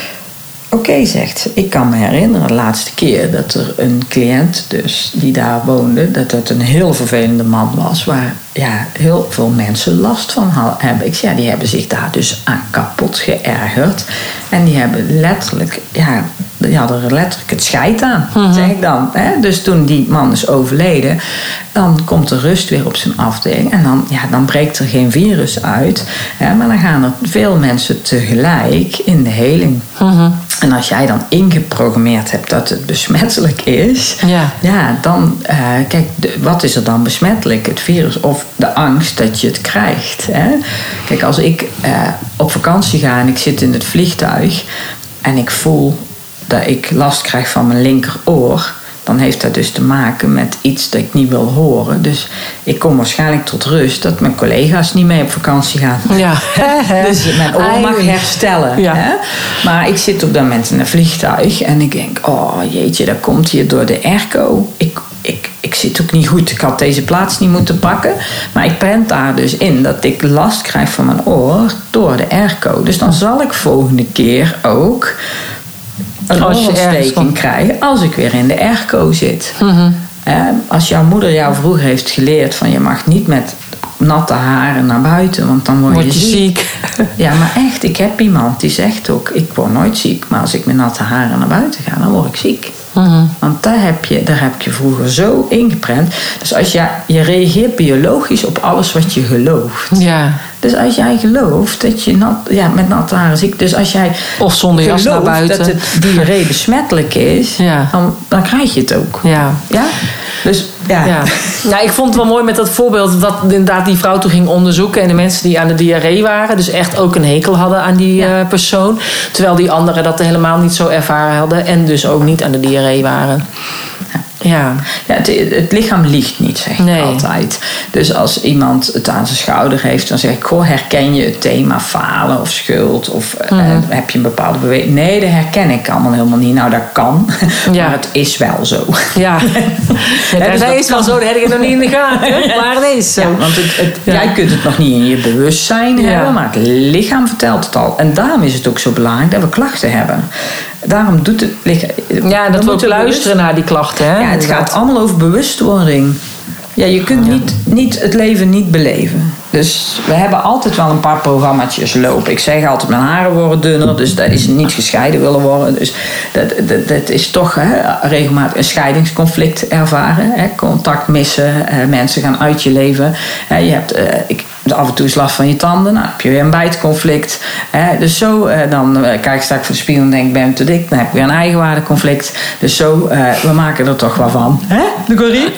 S2: Oké, zegt ze. Ik kan me herinneren de laatste keer dat er een cliënt dus die daar woonde, dat een heel vervelende man was, waar heel veel mensen last van hebben. Ik zei, die hebben zich daar dus aan kapot geërgerd. En die hebben letterlijk, die hadden er letterlijk het scheid aan, zeg ik dan. Hè? Dus toen die man is overleden, dan komt de rust weer op zijn afdeling. En dan breekt er geen virus uit. Hè? Maar dan gaan er veel mensen tegelijk in de heling. En als jij dan ingeprogrammeerd hebt dat het besmettelijk is, dan, kijk, wat is er dan besmettelijk? Het virus of de angst dat je het krijgt. Hè? Kijk, als ik op vakantie ga en ik zit in het vliegtuig en ik voel dat ik last krijg van mijn linkeroor, dan heeft dat dus te maken met iets dat ik niet wil horen. Dus ik kom waarschijnlijk tot rust dat mijn collega's niet mee op vakantie gaan. Ja. Dus mijn oor mag herstellen. Ja. Hè? Maar ik zit op dat moment in een vliegtuig en ik denk, oh jeetje, dat komt hier door de airco. Ik zit ook niet goed. Ik had deze plaats niet moeten pakken. Maar ik prent daar dus in dat ik last krijg van mijn oor door de airco. Dus dan zal ik volgende keer ook een oorontsteking krijgen als ik weer in de airco zit. Als jouw moeder jou vroeger heeft geleerd van je mag niet met natte haren naar buiten, want dan word je ziek. Ja, maar echt, ik heb iemand die zegt ook, ik word nooit ziek, maar als ik met natte haren naar buiten ga, dan word ik ziek. Want daar heb je vroeger zo ingeprent. Dus als je reageert biologisch op alles wat je gelooft. Ja. Dus als jij gelooft dat je met natte haren ziek, dus als jij
S1: of zonder jas naar buiten,
S2: dat het diarree besmettelijk is, dan krijg je het ook. Ja. Ja? Dus
S1: Ja. Nou, ik vond het wel mooi met dat voorbeeld dat inderdaad die vrouw toen ging onderzoeken en de mensen die aan de diarree waren, dus echt ook een hekel hadden aan die persoon. Terwijl die anderen dat helemaal niet zo ervaren hadden en dus ook niet aan de diarree waren. Ja.
S2: Het lichaam liegt niet, zeg ik altijd. Dus als iemand het aan zijn schouder heeft, dan zeg ik, herken je het thema falen of schuld? Of heb je een bepaalde beweging? Nee, dat herken ik allemaal helemaal niet. Nou, dat kan, maar het is wel zo.
S1: Ja, dus dat is wel zo, dat heb ik nog niet in de gaten. Maar het is zo.
S2: Ja, want jij kunt het nog niet in je bewustzijn hebben, maar het lichaam vertelt het al. En daarom is het ook zo belangrijk dat we klachten hebben. Daarom doet het lichaam...
S1: Ja, dat we ook luisteren naar die klachten. Hè?
S2: Ja, het gaat allemaal over bewustwording. Ja, je kunt niet het leven niet beleven. Dus we hebben altijd wel een paar programma's lopen. Ik zeg altijd, mijn haren worden dunner. Dus dat is niet gescheiden willen worden. Dus dat is toch regelmatig een scheidingsconflict ervaren. Contact missen. Mensen gaan uit je leven. Je hebt... af en toe is last van je tanden. Nou, heb je weer een bijtconflict. Dus zo, dan kijk ik straks voor de spiegel en denk ik, ben te dik. Dan heb ik weer een eigenwaardeconflict. Dus zo, we maken er toch wel van. Hè, de Corrie?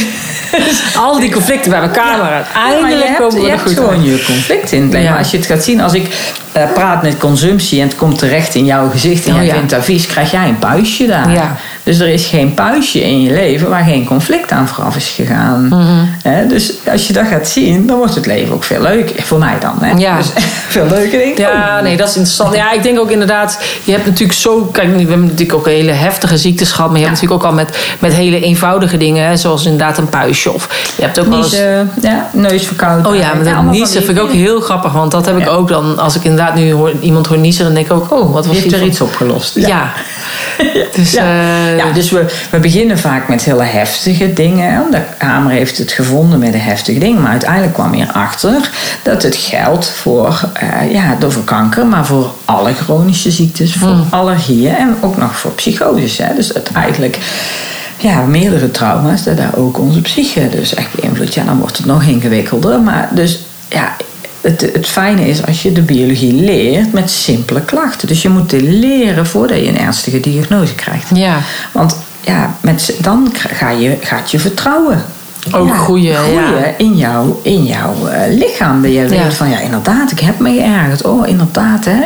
S1: Al die conflicten bij elkaar, maar uiteindelijk komen we er goed uit.
S2: Je hebt gewoon je conflict in het leven. Als je het gaat zien, als ik praat met consumptie en het komt terecht in jouw gezicht en jij vindt dat vies, krijg jij een puistje daar. Ja. Dus er is geen puistje in je leven waar geen conflict aan vooraf is gegaan. Dus als je dat gaat zien, dan wordt het leven ook veel leuker. Voor mij dan. Hè? Ja. Dus veel leuker, denk ik.
S1: Ja, nee, dat is interessant. Ja, ik denk ook inderdaad, je hebt natuurlijk zo... Kijk, we hebben natuurlijk ook hele heftige ziektes gehad, maar je hebt natuurlijk ook al met hele eenvoudige dingen, hè, zoals inderdaad een puistje. Of je hebt ook wel eens...
S2: neusverkoudheid.
S1: Oh ja, maar dat niezen vind ik ook heel grappig, want dat heb ik ook dan, als ik inderdaad nu iemand hoor niezen, dan denk ik ook, wat was
S2: je hebt er iets opgelost.
S1: Ja. Dus,
S2: dus we beginnen vaak met hele heftige dingen. De Hamer heeft het gevonden met de heftige dingen. Maar uiteindelijk kwam je erachter dat het geldt voor kanker, maar voor alle chronische ziektes, voor allergieën en ook nog voor psychoses. Hè. Dus het eigenlijk meerdere trauma's, dat daar ook onze psyche dus echt beïnvloedt. Ja, dan wordt het nog ingewikkelder. Maar dus het fijne is als je de biologie leert met simpele klachten. Dus je moet dit leren voordat je een ernstige diagnose krijgt.
S1: Ja.
S2: Want dan gaat je vertrouwen
S1: ook groeien
S2: in jouw lichaam. Dat je weet van, inderdaad, ik heb me geërgerd. Oh, inderdaad, hè.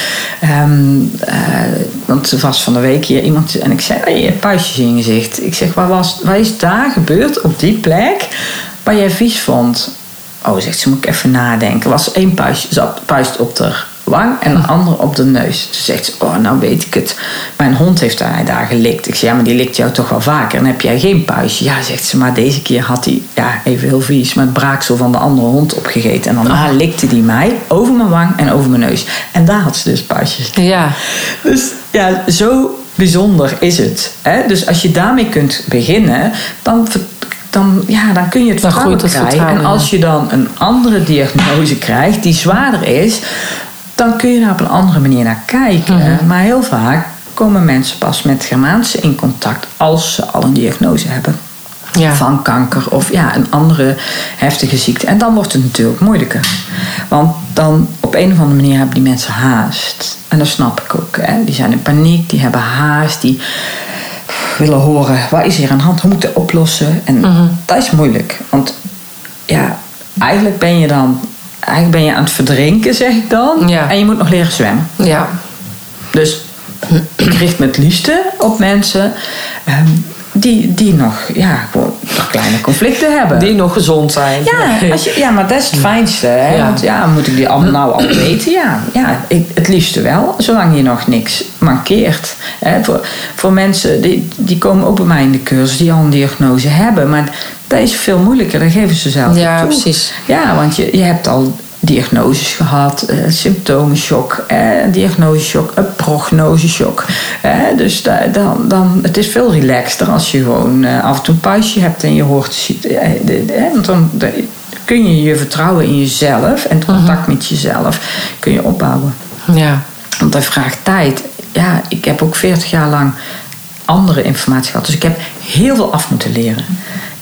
S2: Want er was van de week hier iemand en ik zei, je hebt puistjes in je gezicht. Ik zeg, wat is daar gebeurd op die plek waar jij vies vond? Oh, zegt ze, moet ik even nadenken. Was 1 puist op de wang en een andere op de neus. Toen zegt ze, nou weet ik het. Mijn hond heeft daar gelikt. Ik zei, maar die likt jou toch wel vaker. Dan heb jij geen puistje. Ja, zegt ze, maar deze keer had hij, even heel vies, met braaksel van de andere hond opgegeten. En daarna likte hij mij over mijn wang en over mijn neus. En daar had ze dus puistjes.
S1: Ja.
S2: Dus zo bijzonder is het. Hè? Dus als je daarmee kunt beginnen, dan kun je het vertrouwen krijgen. En als je dan een andere diagnose krijgt die zwaarder is, dan kun je daar op een andere manier naar kijken. Maar heel vaak komen mensen pas met Germaanse in contact als ze al een diagnose hebben. Ja. Van kanker of een andere heftige ziekte. En dan wordt het natuurlijk moeilijker. Want dan op een of andere manier hebben die mensen haast. En dat snap ik ook. Hè. Die zijn in paniek, die hebben haast, die willen horen, wat is hier aan de hand, hoe moet ik dat oplossen? En dat is moeilijk. Want eigenlijk ben je aan het verdrinken, zeg ik dan. Ja. En je moet nog leren zwemmen. Ja. Dus ik richt me het liefste op mensen die nog gewoon nog kleine conflicten hebben.
S1: Die nog gezond zijn.
S2: Ja, maar dat is het fijnste. Hè? Ja. Want moet ik die allemaal al weten? Het liefste wel. Zolang je nog niks mankeert. Hè? Voor mensen die komen ook bij mij in de cursus die al een diagnose hebben. Maar dat is veel moeilijker. Dat geven ze zelf toe.
S1: Precies.
S2: Ja, want je hebt al diagnoses gehad, symptomenshock, diagnoseshock, een prognoseshock. Dus het is veel relaxter als je gewoon af en toe een puistje hebt en je hoort want dan kun je vertrouwen in jezelf en het contact met jezelf kun je opbouwen. Ja. Want dat vraagt tijd. Ja, ik heb ook 40 jaar lang andere informatie gehad. Dus ik heb heel veel af moeten leren.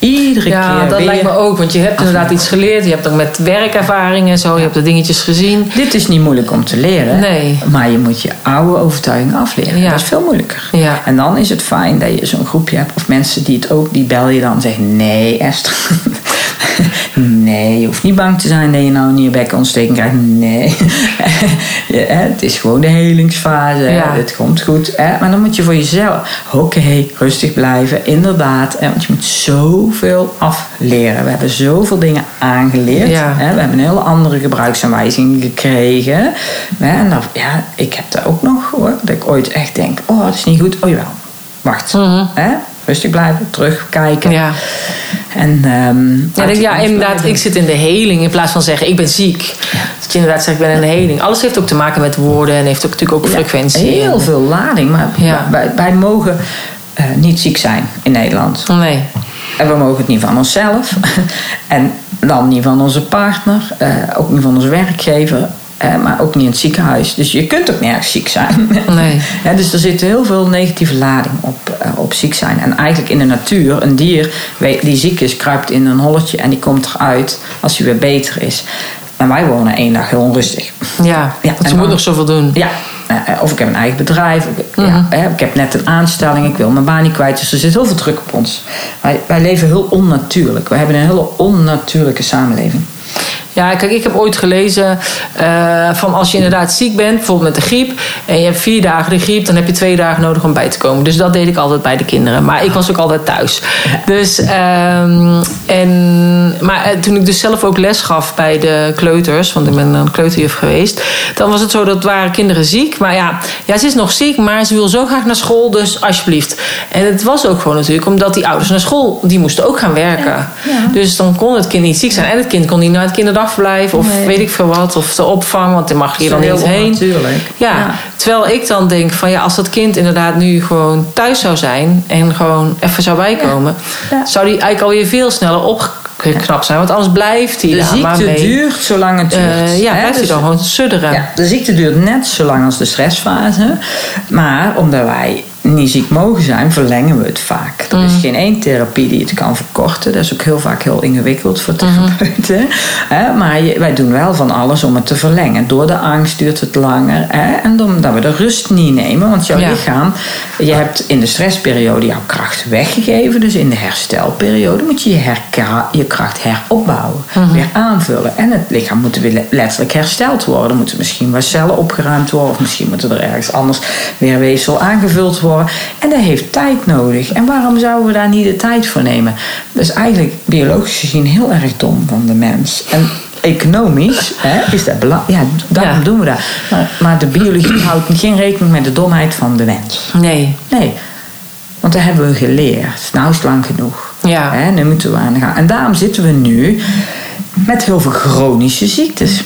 S2: iedere keer
S1: Ja, dat
S2: weer
S1: lijkt me ook. Want je hebt inderdaad iets geleerd. Je hebt ook met werkervaring en zo. Je hebt de dingetjes gezien.
S2: Dit is niet moeilijk om te leren.
S1: Nee.
S2: Maar je moet je oude overtuiging afleren.
S1: Ja.
S2: Dat is veel moeilijker.
S1: Ja.
S2: En dan is het fijn dat je zo'n groepje hebt. Of mensen die het ook, die bel je dan en zeggen... Nee, Esther. Nee, je hoeft niet bang te zijn dat je nou een nierbekenontsteking krijgt. Nee. Het is gewoon de helingsfase.
S1: Ja.
S2: Het komt goed. Maar dan moet je voor jezelf... Oké, rustig blijven. Inderdaad. Want je moet zoveel afleren. We hebben zoveel dingen aangeleerd.
S1: Ja.
S2: We hebben een hele andere gebruiksaanwijzing gekregen. En dan, ik heb dat ook nog hoor. Dat ik ooit echt denk... Oh, dat is niet goed. Oh jawel. Wacht. Rustig blijven. Terugkijken.
S1: Ja.
S2: En,
S1: inderdaad, ik zit in de heling in plaats van zeggen ik ben ziek. Dat je inderdaad zegt ik ben in de heling. Alles heeft ook te maken met woorden en heeft ook natuurlijk ook frequentie.
S2: Heel veel lading, maar wij mogen niet ziek zijn in Nederland.
S1: Nee.
S2: En we mogen het niet van onszelf. En dan niet van onze partner. Ook niet van onze werkgever. Maar ook niet in het ziekenhuis. Dus je kunt ook nergens ziek zijn.
S1: Nee.
S2: Dus er zit heel veel negatieve lading op ziek zijn. En eigenlijk in de natuur, een dier die ziek is, kruipt in een holletje en die komt eruit als hij weer beter is. En wij worden 1 dag heel onrustig.
S1: Ja, want je moet nog zoveel doen.
S2: Ja, of ik heb een eigen bedrijf. Ik heb net een aanstelling, ik wil mijn baan niet kwijt. Dus er zit heel veel druk op ons. Wij leven heel onnatuurlijk. We hebben een hele onnatuurlijke samenleving.
S1: Ja, kijk, ik heb ooit gelezen van als je inderdaad ziek bent, bijvoorbeeld met de griep, en je hebt 4 dagen de griep, dan heb je 2 dagen nodig om bij te komen. Dus dat deed ik altijd bij de kinderen. Maar ik was ook altijd thuis. Ja. Dus, maar toen ik dus zelf ook les gaf bij de kleuters, want ik ben een kleuterjuf geweest, dan was het zo dat waren kinderen ziek. Maar ja, ze is nog ziek, maar ze wil zo graag naar school, dus alsjeblieft. En het was ook gewoon natuurlijk, omdat die ouders naar school, die moesten ook gaan werken. Ja. Ja. Dus dan kon het kind niet ziek zijn. En het kind kon niet naar het kinderdagverblijf of weet ik veel wat, of de opvang, want daar mag je dan niet heen.
S2: Natuurlijk.
S1: Ja, terwijl ik dan denk van ja, als dat kind inderdaad nu gewoon thuis zou zijn en gewoon even zou bijkomen, zou die eigenlijk alweer veel sneller opgeknapt zijn, want anders blijft hij daar maar mee.
S2: De ziekte duurt zolang het duurt.
S1: Blijft hij dan gewoon sudderen.
S2: Ja, de ziekte duurt net zo lang als de stressfase, maar omdat wij niet ziek mogen zijn, verlengen we het vaak. Er is geen één therapie die het kan verkorten. Dat is ook heel vaak heel ingewikkeld voor therapeuten. Maar wij doen wel van alles om het te verlengen. Door de angst duurt het langer. En omdat we de rust niet nemen. Want jouw lichaam, je hebt in de stressperiode jouw kracht weggegeven. Dus in de herstelperiode moet je je kracht heropbouwen. Weer aanvullen. En het lichaam moet weer letterlijk hersteld worden. Er moeten misschien wat cellen opgeruimd worden. Of misschien moeten er ergens anders weer weefsel aangevuld worden. En dat heeft tijd nodig. En waarom zouden we daar niet de tijd voor nemen? Dat is eigenlijk biologisch gezien heel erg dom van de mens. En economisch is dat belangrijk. Ja, daarom doen we dat. Maar de biologie houdt geen rekening met de domheid van de mens.
S1: Nee.
S2: Want dat hebben we geleerd. Nou is het lang genoeg.
S1: Ja.
S2: Nu moeten we aan de gang. En daarom zitten we nu met heel veel chronische ziektes.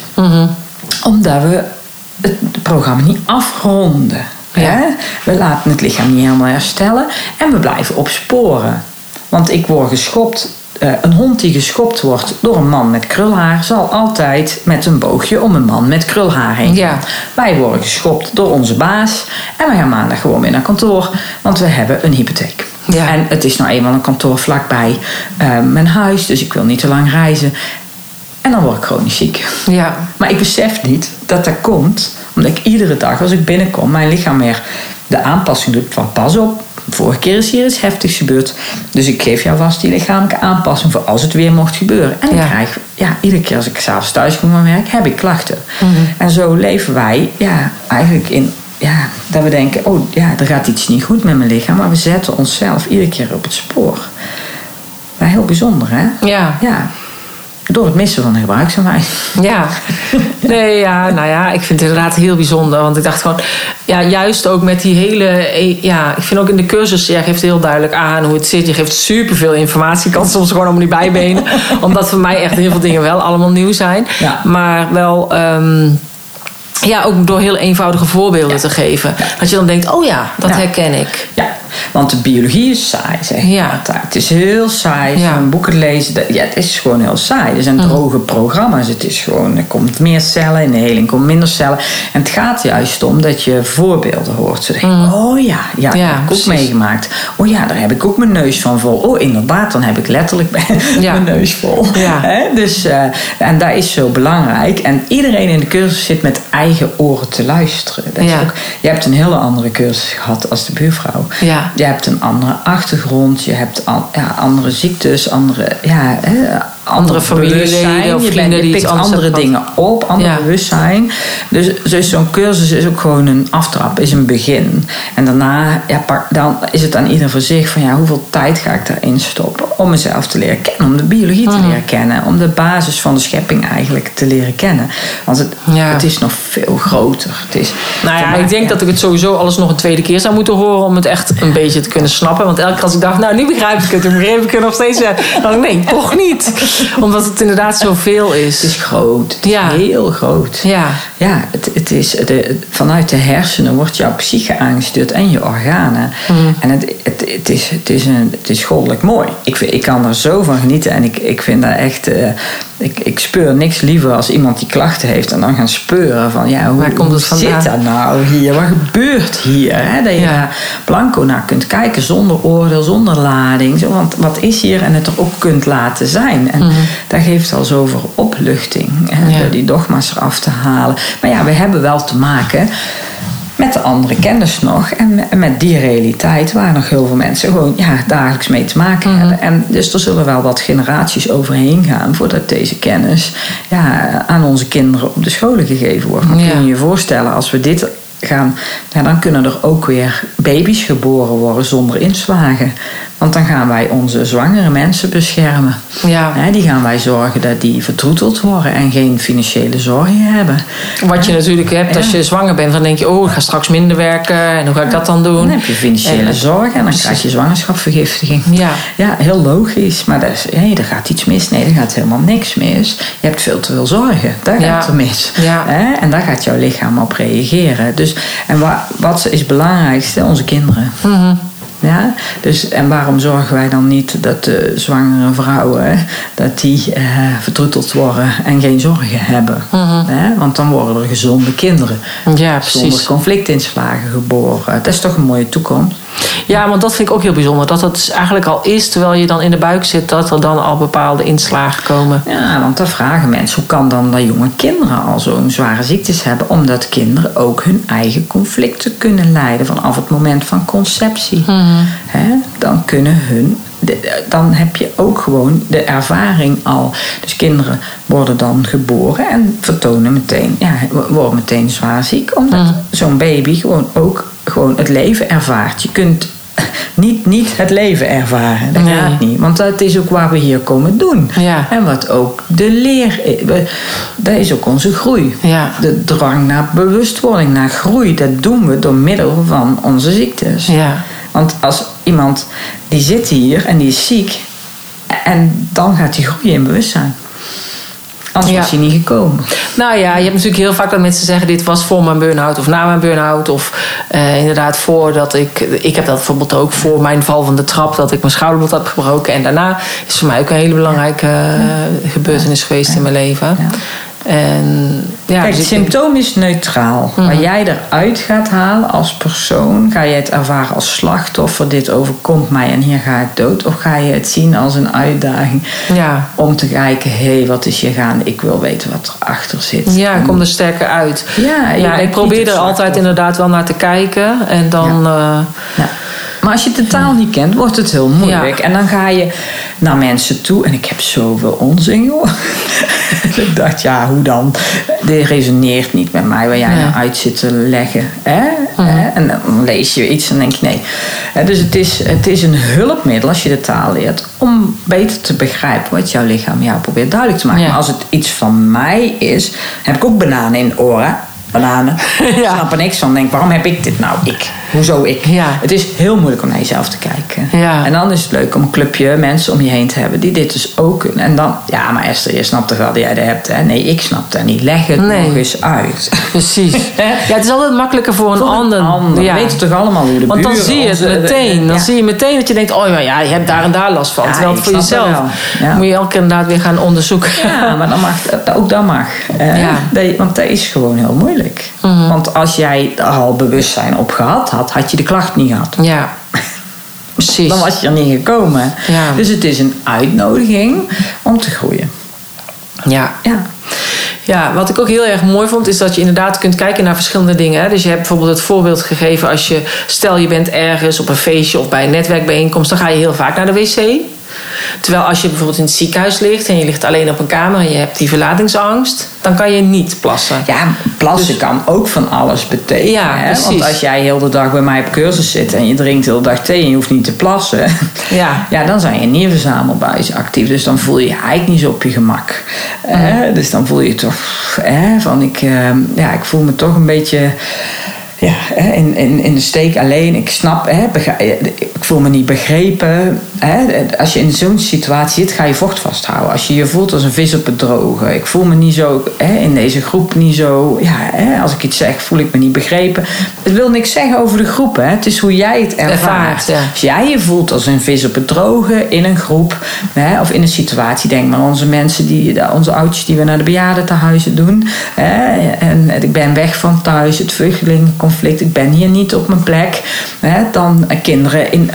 S2: Omdat we het programma niet afronden. Ja. We laten het lichaam niet helemaal herstellen. En we blijven op sporen. Want ik word geschopt. Een hond die geschopt wordt door een man met krulhaar zal altijd met een boogje om een man met krulhaar heen gaan. Ja. Wij worden geschopt door onze baas. En we gaan maandag gewoon weer naar kantoor. Want we hebben een hypotheek. Ja. En het is nou eenmaal een kantoor vlakbij mijn huis. Dus ik wil niet te lang reizen. En dan word ik chronisch ziek. Ja. Maar ik besef niet dat dat komt omdat ik iedere dag als ik binnenkom mijn lichaam weer de aanpassing doet van pas op. Vorige keer is hier iets heftigs gebeurd. Dus ik geef jou vast die lichamelijke aanpassing voor als het weer mocht gebeuren. En ik krijg, iedere keer als ik 's avonds thuis kom van werk, heb ik klachten. En zo leven wij eigenlijk in, dat we denken, er gaat iets niet goed met mijn lichaam. Maar we zetten onszelf iedere keer op het spoor. Maar heel bijzonder, hè? Ja. Door het missen van de gebruiksaanwijzing. Ja. Ik vind het inderdaad heel bijzonder. Want ik dacht gewoon, juist ook met die hele... ik vind ook in de cursus, je geeft heel duidelijk aan hoe het zit. Je geeft superveel informatie. Ik kan soms gewoon om die bijbenen. Omdat voor mij echt heel veel dingen wel allemaal nieuw zijn. Ja. Maar wel... ook door heel eenvoudige voorbeelden te geven. Dat je dan denkt, dat herken ik. Ja. Want de biologie is saai, zeg ik altijd. Het is heel saai. Zo'n boeken lezen, het is gewoon heel saai. Er zijn droge programma's. Het is gewoon, er komt meer cellen, in de heling komen minder cellen. En het gaat juist om dat je voorbeelden hoort. Zo denk je, oh ja, dat heb ik ook meegemaakt. Oh ja, daar heb ik ook mijn neus van vol. Oh, inderdaad, dan heb ik letterlijk mijn neus vol. Ja. Dus, en dat is zo belangrijk. En iedereen in de cursus zit met eigen oren te luisteren. Dat is ook, je hebt een hele andere cursus gehad als de buurvrouw. Ja. Je hebt een andere achtergrond. Je hebt andere ziektes, andere familieleden of vrienden die pikt andere dingen op, ander bewustzijn. Dus zo'n cursus is ook gewoon een aftrap, is een begin. En daarna dan is het aan ieder voor zich van hoeveel tijd ga ik daarin stoppen om mezelf te leren kennen, om de biologie te leren kennen, om de basis van de schepping eigenlijk te leren kennen. Want het is nog veel groter. Het is,
S1: ik denk dat ik het sowieso alles nog een tweede keer zou moeten horen om het echt een beetje te kunnen snappen. Want elke keer als ik dacht, nu begrijp ik het, dan begreep ik het nog steeds. Dan nee, toch niet. Omdat het inderdaad zoveel is.
S2: Het is groot. Het is heel groot. Ja, het is vanuit de hersenen wordt jouw psyche aangestuurd en je organen. En het is goddelijk mooi. Ik kan er zo van genieten. En ik vind dat echt... Ik speur niks liever als iemand die klachten heeft en dan gaan speuren van hoe zit dat nou hier? Wat gebeurt hier? Hè? Dat je daar blanco naar kunt kijken zonder oordeel, zonder lading. Zo, want wat is hier? En het er ook kunt laten zijn. En dat geeft al zoveel opluchting. Door die dogma's eraf te halen. Maar we hebben wel te maken met de andere kennis nog. En met die realiteit waar nog heel veel mensen gewoon dagelijks mee te maken hebben. En dus er zullen wel wat generaties overheen gaan voordat deze kennis aan onze kinderen op de scholen gegeven wordt. Maar kun je je voorstellen, als we dit gaan, dan kunnen er ook weer baby's geboren worden zonder inslagen. Want dan gaan wij onze zwangere mensen beschermen. Die gaan wij zorgen dat die vertroeteld worden en geen financiële zorgen hebben.
S1: Wat je natuurlijk hebt als je zwanger bent, dan denk je, ik ga straks minder werken en hoe ga ik dat dan doen?
S2: Dan heb je financiële zorgen en dan krijg je zwangerschapsvergiftiging. Ja, heel logisch. Maar er gaat iets mis. Nee, er gaat helemaal niks mis. Je hebt veel te veel zorgen. Daar gaat er mis. En daar gaat jouw lichaam op reageren. Dus, en wat is het belangrijkste? Onze kinderen. Ja, dus, en waarom zorgen wij dan niet dat de zwangere vrouwen dat die vertroeteld worden en geen zorgen hebben? Want dan worden er gezonde kinderen zonder conflictinslagen geboren. Dat is toch een mooie toekomst?
S1: Ja, want dat vind ik ook heel bijzonder. Dat het eigenlijk al is, terwijl je dan in de buik zit, dat er dan al bepaalde inslagen komen.
S2: Ja, want dan vragen mensen, hoe kan dan dat jonge kinderen al zo'n zware ziektes hebben? Omdat kinderen ook hun eigen conflicten kunnen leiden vanaf het moment van conceptie. Dan heb je ook gewoon de ervaring al. Dus kinderen worden dan geboren en vertonen meteen, worden meteen zwaar ziek. Omdat zo'n baby gewoon het leven ervaart. Je kunt niet het leven ervaren. Dat gaat niet. Want dat is ook waar we hier komen doen. En wat ook de leer is. Dat is ook onze groei. De drang naar bewustwording, naar groei. Dat doen we door middel van onze ziektes. Want als iemand die zit hier en die is ziek, en dan gaat hij groeien in bewustzijn. Anders was hij niet gekomen.
S1: Nou ja, je hebt natuurlijk heel vaak dat mensen zeggen, dit was voor mijn burn-out of na mijn burn-out. Of inderdaad voordat ik heb dat bijvoorbeeld ook voor mijn val van de trap, dat ik mijn schouderbot heb gebroken. En daarna is voor mij ook een hele belangrijke gebeurtenis geweest in mijn leven. En,
S2: kijk, het symptoom is neutraal. Waar jij eruit gaat halen als persoon, ga je het ervaren als slachtoffer, dit overkomt mij en hier ga ik dood, of ga je het zien als een uitdaging om te kijken, wat is hier gaande, ik wil weten wat erachter zit.
S1: Ja, ik kom er sterker uit. Ik probeer er altijd inderdaad wel naar te kijken en dan
S2: Maar als je de taal niet kent, wordt het heel moeilijk. En dan ga je naar mensen toe. En ik heb zoveel onzin, joh. Ik dacht, hoe dan? Dit resoneert niet met mij waar jij naar uit zit te leggen. En dan lees je iets en denk je, nee. Dus het is een hulpmiddel als je de taal leert om beter te begrijpen wat jouw lichaam jou probeert duidelijk te maken. Maar als het iets van mij is, heb ik ook bananen in de oren. Bananen. Ik snap er niks van. Denk, waarom heb ik dit nou? hoezo ik?
S1: Ja.
S2: Het is heel moeilijk om naar jezelf te kijken.
S1: Ja.
S2: En dan is het leuk om een clubje mensen om je heen te hebben die dit dus ook kunnen. En dan, ja, maar Esther, je snapt toch wel dat jij dat hebt, hè? Nee, ik snap dat niet. Leg het nog eens uit.
S1: Precies. Ja, het is altijd makkelijker voor een ander.
S2: Ja. We weten toch allemaal hoe de
S1: Want dan
S2: buren,
S1: zie je het meteen. Dan zie je meteen dat je denkt, oh ja, je hebt daar en daar last van.
S2: Ja,
S1: terwijl voor jezelf moet je elke keer inderdaad weer gaan onderzoeken.
S2: Ja, maar dan ook dat mag. Want dat is gewoon heel moeilijk. Mm-hmm. Want als jij er al bewustzijn op gehad had je de klacht niet gehad.
S1: Ja. Precies.
S2: Dan was je er niet gekomen.
S1: Ja.
S2: Dus het is een uitnodiging om te groeien.
S1: Ja. Ja, wat ik ook heel erg mooi vond, is dat je inderdaad kunt kijken naar verschillende dingen. Hè? Dus je hebt bijvoorbeeld het voorbeeld gegeven als je, stel je bent ergens op een feestje of bij een netwerkbijeenkomst, dan ga je heel vaak naar de wc. Terwijl als je bijvoorbeeld in het ziekenhuis ligt en je ligt alleen op een kamer en je hebt die verlatingsangst, dan kan je niet plassen.
S2: Ja, plassen kan ook van alles betekenen.
S1: Ja,
S2: hè?
S1: precies.
S2: Want als jij heel de dag bij mij op cursus zit en je drinkt de hele dag thee en je hoeft niet te plassen, ja, dan zijn je nierverzamelbuis actief. Dus dan voel je je eigenlijk niet zo op je gemak. Dus dan voel je toch van ik voel me toch een beetje. Ja, in de steek alleen. Ik snap, ik voel me niet begrepen. Als je in zo'n situatie zit, ga je vocht vasthouden. Als je je voelt als een vis op het droge. Ik voel me niet zo, in deze groep niet zo. Ja, als ik iets zeg, voel ik me niet begrepen. Het wil niks zeggen over de groep. Het is hoe jij het ervaart. Ja. Als jij je voelt als een vis op het droge in een groep, of in een situatie, denk maar onze mensen, onze oudjes die we naar de bejaardentehuizen doen. En ik ben weg van thuis, het vluchtelingenconflict. Ik ben hier niet op mijn plek. Dan kinderen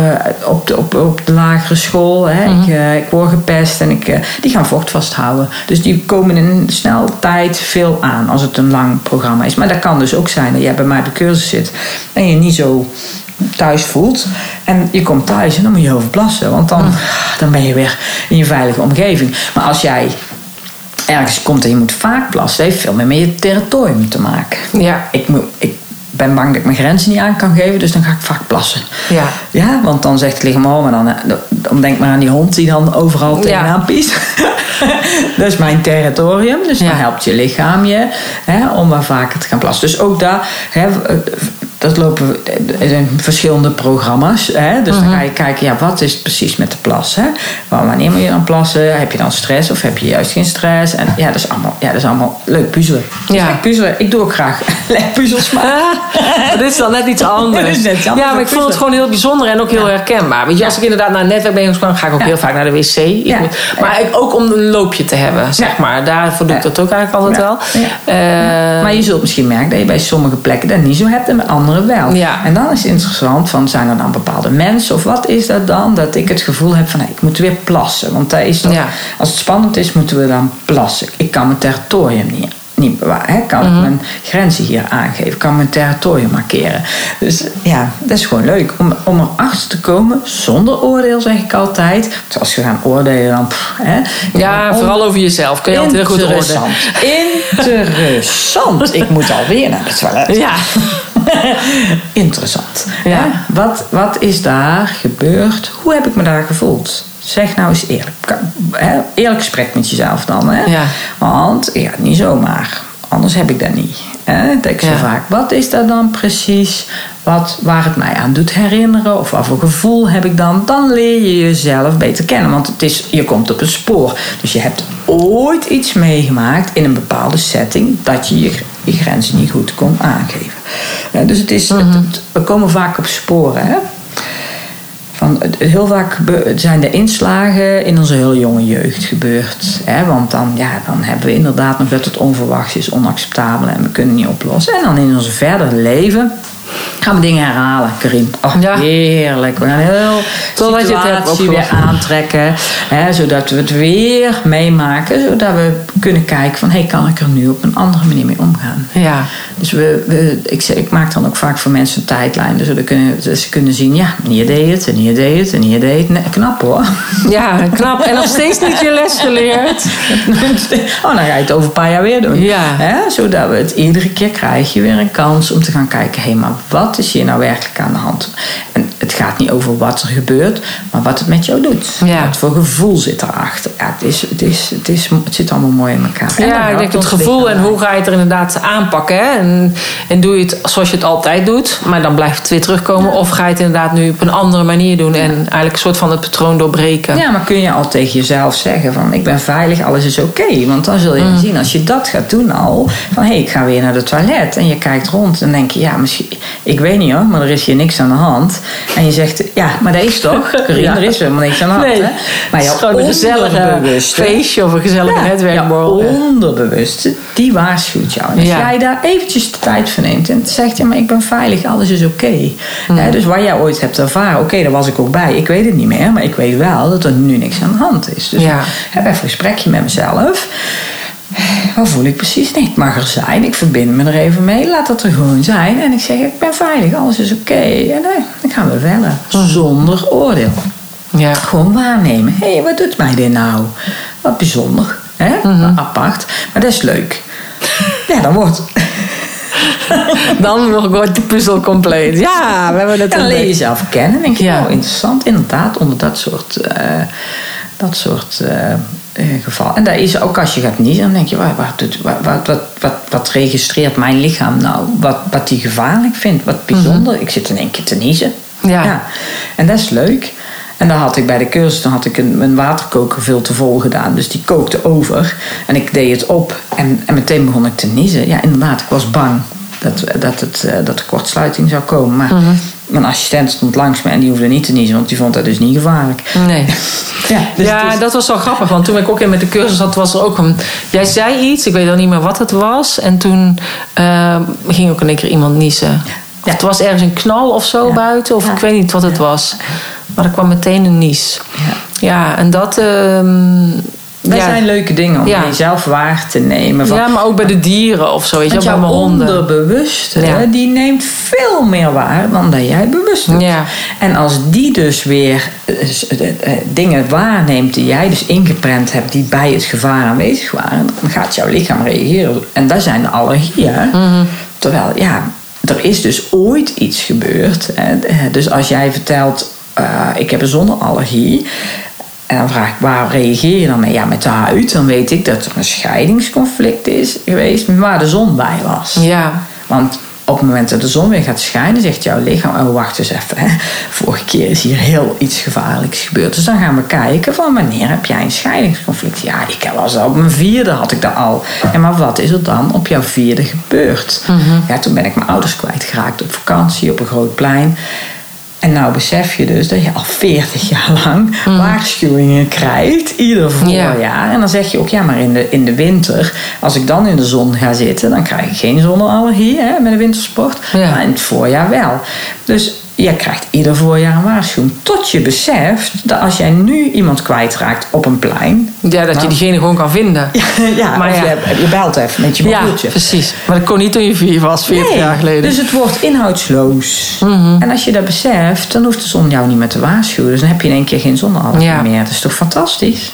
S2: op de lagere school. Ik word gepest en die gaan vocht vasthouden. Dus die komen in een snelle tijd veel aan als het een lang programma is. Maar dat kan dus ook zijn dat jij bij mij op de cursus zit en je niet zo thuis voelt. En je komt thuis en dan moet je over plassen. Want dan ben je weer in je veilige omgeving. Maar als jij ergens komt en je moet vaak plassen, heeft veel meer met je territorium te maken. Ja. Ik ben bang dat ik mijn grenzen niet aan kan geven, dus dan ga ik vaak plassen. Ja, want dan zegt het lichaam, maar dan denk maar aan die hond die dan overal tegenaan piest. Dat is mijn territorium, dus dan helpt je lichaam je om maar vaker te gaan plassen. Dus ook daar, dat lopen in verschillende programma's. Dus dan ga je kijken, wat is het precies met de plas? Wanneer moet je dan plassen? Heb je dan stress of heb je juist geen stress? En dat is allemaal leuk puzzelen. Dus puzzelen. Ik doe ook graag puzzels maken.
S1: Dit is dan net iets anders. Ja, maar ik vond het gewoon heel bijzonder en ook heel herkenbaar. Weet je, als ik inderdaad naar een netwerkbijeenkomst kwam, ga ik ook heel vaak naar de wc. Maar ook om een loopje te hebben, zeg maar. Daarvoor doe ik dat ook eigenlijk altijd wel.
S2: Maar je zult misschien merken dat je bij sommige plekken dat niet zo hebt en bij anderen wel. En dan is het interessant van, zijn er dan bepaalde mensen of wat is dat dan? Dat ik het gevoel heb van, ik moet weer plassen. Want dat is dan, als het spannend is, moeten we dan plassen. Ik kan mijn territorium niet bewaren. Kan ik mijn grenzen hier aangeven? Kan mijn territorium markeren? Dus dat is gewoon leuk. Om erachter te komen, zonder oordeel zeg ik altijd. Want als we gaan oordelen dan...
S1: vooral over jezelf. Kun je altijd heel goed oordelen.
S2: Interessant. Ik moet alweer naar het toilet. Ja. Interessant. Ja. Wat is daar gebeurd? Hoe heb ik me daar gevoeld? Zeg nou eens eerlijk. Eerlijk gesprek met jezelf dan. Want niet zomaar. Anders heb ik dat niet. Dat ik zo vaak. Wat is dat dan precies? Waar het mij aan doet herinneren? Of wat voor gevoel heb ik dan? Dan leer je jezelf beter kennen. Want je komt op een spoor. Dus je hebt ooit iets meegemaakt in een bepaalde setting dat je je grenzen niet goed kon aangeven. Dus het is, we komen vaak op sporen. Heel vaak zijn de inslagen in onze heel jonge jeugd gebeurd. Want dan hebben we inderdaad nog dat het onverwachts is, onacceptabel en we kunnen niet oplossen. En dan in onze verdere leven gaan we dingen herhalen, Karin. Heerlijk. We gaan heel
S1: totdat je het hebt
S2: weer aantrekken. Zodat we het weer meemaken. Zodat we kunnen kijken van, kan ik er nu op een andere manier mee omgaan? Ja. Dus ik maak dan ook vaak voor mensen een tijdlijn. Dus ze kunnen zien, hier deed het en hier deed het en hier deed het. Nee, knap hoor.
S1: Ja, knap. En nog steeds niet je les geleerd.
S2: Dan ga je het over een paar jaar weer doen. Ja. Zodat we het iedere keer krijg je weer een kans om te gaan kijken, maar wat wat is hier nou werkelijk aan de hand? En het gaat niet over wat er gebeurt, maar wat het met jou doet.
S1: Ja.
S2: Wat voor gevoel zit erachter? Ja, het zit allemaal mooi in elkaar.
S1: Ja, ik denk het gevoel en hoe ga je het er inderdaad aanpakken. Hè? En doe je het zoals je het altijd doet, maar dan blijft het weer terugkomen. Ja. Of ga je het inderdaad nu op een andere manier doen en eigenlijk een soort van het patroon doorbreken.
S2: Ja, maar kun je al tegen jezelf zeggen van ik ben veilig, alles is oké. Want dan zul je zien, als je dat gaat doen al, van ik ga weer naar de toilet. En je kijkt rond en denk je, ja, misschien, ik weet niet hoor, maar er is hier niks aan de hand. En je zegt, ja, maar dat is toch? Er is helemaal niks aan de hand.
S1: Nee,
S2: hè? Maar
S1: het is gewoon een gezellige feestje of een gezellige netwerkborrel.
S2: Ja, onderbewuste, die waarschuwt jou. En als jij daar eventjes de tijd voor neemt en zegt, ja, maar ik ben veilig, alles is oké. Dus waar jij ooit hebt ervaren, oké, daar was ik ook bij. Ik weet het niet meer, maar ik weet wel dat er nu niks aan de hand is. Dus ik heb even een gesprekje met mezelf. Wat voel ik precies? Nee, het mag er zijn. Ik verbind me er even mee. Laat dat er gewoon zijn. En ik zeg, ik ben veilig. Alles is oké. En dan gaan we verder. Zonder oordeel. Ja. Gewoon waarnemen. Hé, wat doet mij dit nou? Wat bijzonder. Hè? Apart. Maar dat is leuk. Ja, dan wordt...
S1: Dan wordt de puzzel compleet. Ja, we hebben het
S2: dan leer je jezelf kennen. En denk je, oh, interessant. Inderdaad, onder dat soort geval. En dat is ook als je gaat niezen, dan denk je, wat registreert mijn lichaam nou? Wat die gevaarlijk vindt, wat bijzonder. Ik zit in één keer te niezen. Ja. En dat is leuk. En dan had ik bij de cursus, dan had ik een waterkoker veel te vol gedaan. Dus die kookte over. En ik deed het op. En meteen begon ik te niezen. Ja, inderdaad, ik was bang dat er kortsluiting zou komen. Maar mijn assistent stond langs me en die hoefde niet te niezen, want die vond dat dus niet gevaarlijk.
S1: Nee. Dat was wel grappig, want toen ik ook in met de cursus zat, was er ook jij zei iets, ik weet al niet meer wat het was. En toen ging ook in één keer iemand niezen. Ja. Het was ergens een knal of zo buiten, of ik weet niet wat het was. Maar er kwam meteen een nies. Ja, en dat...
S2: Dat zijn leuke dingen om jezelf waar te nemen.
S1: Ja, maar ook bij de dieren of zo. Weet je, bij mijn honden.
S2: Onderbewuste, die neemt veel meer waar dan dat jij bewust doet. Ja. En als die dus weer dingen waarneemt die jij dus ingeprent hebt, die bij het gevaar aanwezig waren, dan gaat jouw lichaam reageren. En dat zijn de allergieën. Terwijl, er is dus ooit iets gebeurd. Dus als jij vertelt, ik heb een zonneallergie. En dan vraag ik, waar reageer je dan mee? Ja, met de huid. Dan weet ik dat er een scheidingsconflict is geweest waar de zon bij was. Ja. Want op het moment dat de zon weer gaat schijnen, zegt jouw lichaam, oh, wacht eens even. Hè. Vorige keer is hier heel iets gevaarlijks gebeurd. Dus dan gaan we kijken van wanneer heb jij een scheidingsconflict? Ja, ik was op mijn 4e had ik dat al. Ja, maar wat is er dan op jouw 4e gebeurd? Ja, toen ben ik mijn ouders kwijtgeraakt op vakantie op een groot plein. En nou besef je dus dat je al 40 jaar lang waarschuwingen krijgt, ieder voorjaar. Ja. En dan zeg je ook, ja, maar in de winter, als ik dan in de zon ga zitten, dan krijg ik geen zonneallergie met de wintersport. Ja. Maar in het voorjaar wel. Dus je krijgt ieder voorjaar een waarschuwing. Tot je beseft dat als jij nu iemand kwijtraakt op een plein...
S1: Ja, dat je diegene gewoon kan vinden.
S2: Maar je belt even met je mobieltje.
S1: Ja, precies. Maar dat kon niet toen je 4 was, 40 jaar geleden.
S2: Dus het wordt inhoudsloos. En als je dat beseft, dan hoeft de zon jou niet meer te waarschuwen. Dus dan heb je in één keer geen zonneallergie meer. Dat is toch fantastisch?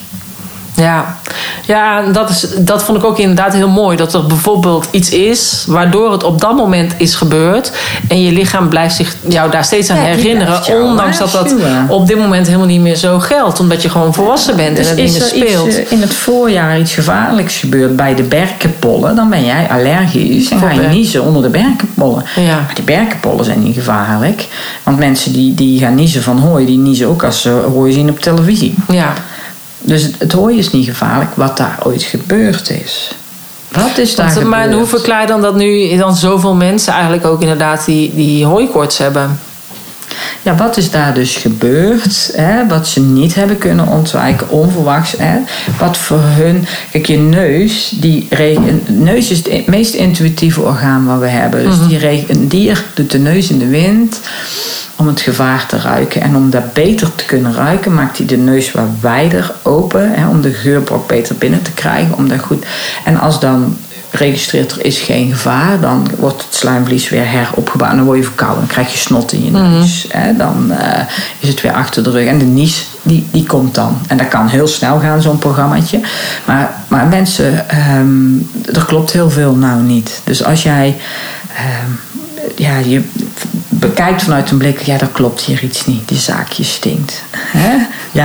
S1: Ja, dat vond ik ook inderdaad heel mooi. Dat er bijvoorbeeld iets is waardoor het op dat moment is gebeurd. En je lichaam blijft zich jou daar steeds aan herinneren. Ondanks dat op dit moment helemaal niet meer zo geldt. Omdat je gewoon volwassen bent en het niet meer speelt.
S2: Is er in het voorjaar iets gevaarlijks gebeurd bij de berkenpollen, dan ben jij allergisch en ga je niezen onder de berkenpollen. Ja. Maar die berkenpollen zijn niet gevaarlijk. Want mensen die gaan niezen van hooi, die niezen ook als ze hooi zien op televisie. Ja. Dus het hooi is niet gevaarlijk wat daar ooit gebeurd is. Wat is daar gebeurd?
S1: Maar hoe verklaar je dan dat nu dan zoveel mensen eigenlijk ook inderdaad die hooikoorts hebben?
S2: Ja, wat is daar dus gebeurd? Wat ze niet hebben kunnen ontwijken, onverwachts. Wat voor hun... Kijk, je neus... neus is het meest intuïtieve orgaan wat we hebben. Dus een dier doet de neus in de wind om het gevaar te ruiken. En om dat beter te kunnen ruiken, maakt hij de neus wat wijder open. Om de geurbrok beter binnen te krijgen. Om dat goed... En als dan registreert er is geen gevaar, dan wordt het slijmvlies weer heropgebouwd. Dan word je verkouden, dan krijg je snot in je neus. Dan is het weer achter de rug. En de nies, die komt dan. En dat kan heel snel gaan, zo'n programmaatje. Maar mensen, er klopt heel veel nou niet. Dus als jij je bekijkt vanuit een blik, ja, dat klopt hier iets niet. Die zaakje stinkt. Hè? Ja,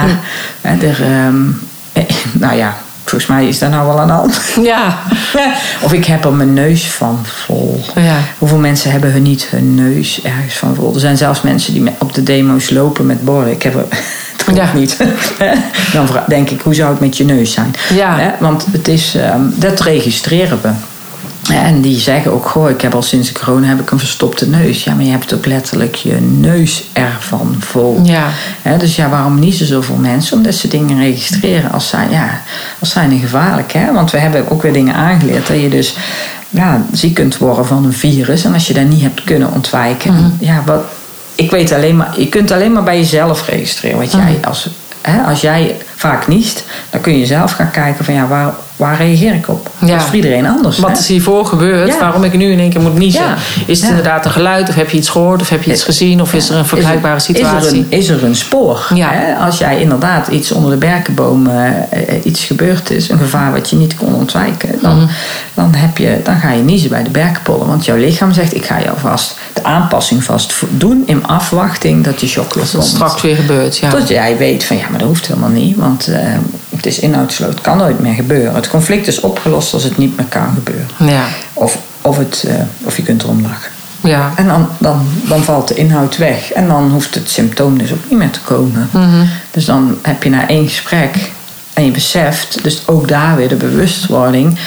S2: nou ja, volgens mij is daar nou wel aan de hand.
S1: Ja.
S2: Of ik heb er mijn neus van vol.
S1: Ja.
S2: Hoeveel mensen hebben niet hun neus ergens van vol? Er zijn zelfs mensen die op de demo's lopen met borden. Ik heb er toch niet. Dan denk ik, hoe zou het met je neus zijn?
S1: Ja.
S2: Want het is, dat registreren we. En die zeggen ook, goh, ik heb al sinds corona heb ik een verstopte neus. Ja, maar je hebt ook letterlijk je neus ervan vol.
S1: Ja.
S2: Dus ja, waarom niet zoveel mensen? Omdat ze dingen registreren als zijn gevaarlijk. Hè? Want we hebben ook weer dingen aangeleerd dat je dus ziek kunt worden van een virus. En als je dat niet hebt kunnen ontwijken. Ik weet alleen maar, je kunt alleen maar bij jezelf registreren. Wat jij als jij vaak niest, dan kun je zelf gaan kijken van waar reageer ik op?
S1: Ja.
S2: Dat is voor iedereen anders.
S1: Wat is hiervoor gebeurd? Waarom ik nu in één keer moet niezen?
S2: Ja.
S1: Is het inderdaad een geluid? Of heb je iets gehoord? Of heb je iets gezien? Of is er een vergelijkbare situatie?
S2: Is er een spoor? Ja. Hè? Als jij inderdaad iets onder de berkenboom iets gebeurd is, een gevaar wat je niet kon ontwijken, dan ga je niezen bij de berkenpollen. Want jouw lichaam zegt, ik ga jou vast de aanpassing vast doen in afwachting dat die shock weer komt.
S1: Straks weer gebeurt, ja.
S2: Tot jij weet van maar dat hoeft helemaal niet, want het is inhoudsloos, het kan nooit meer gebeuren. Het conflict is opgelost als het niet meer kan gebeuren.
S1: Ja.
S2: Of je kunt erom lachen.
S1: Ja.
S2: En dan valt de inhoud weg. En dan hoeft het symptoom dus ook niet meer te komen.
S1: Mm-hmm.
S2: Dus dan heb je na 1 gesprek en je beseft, dus ook daar weer de bewustwording,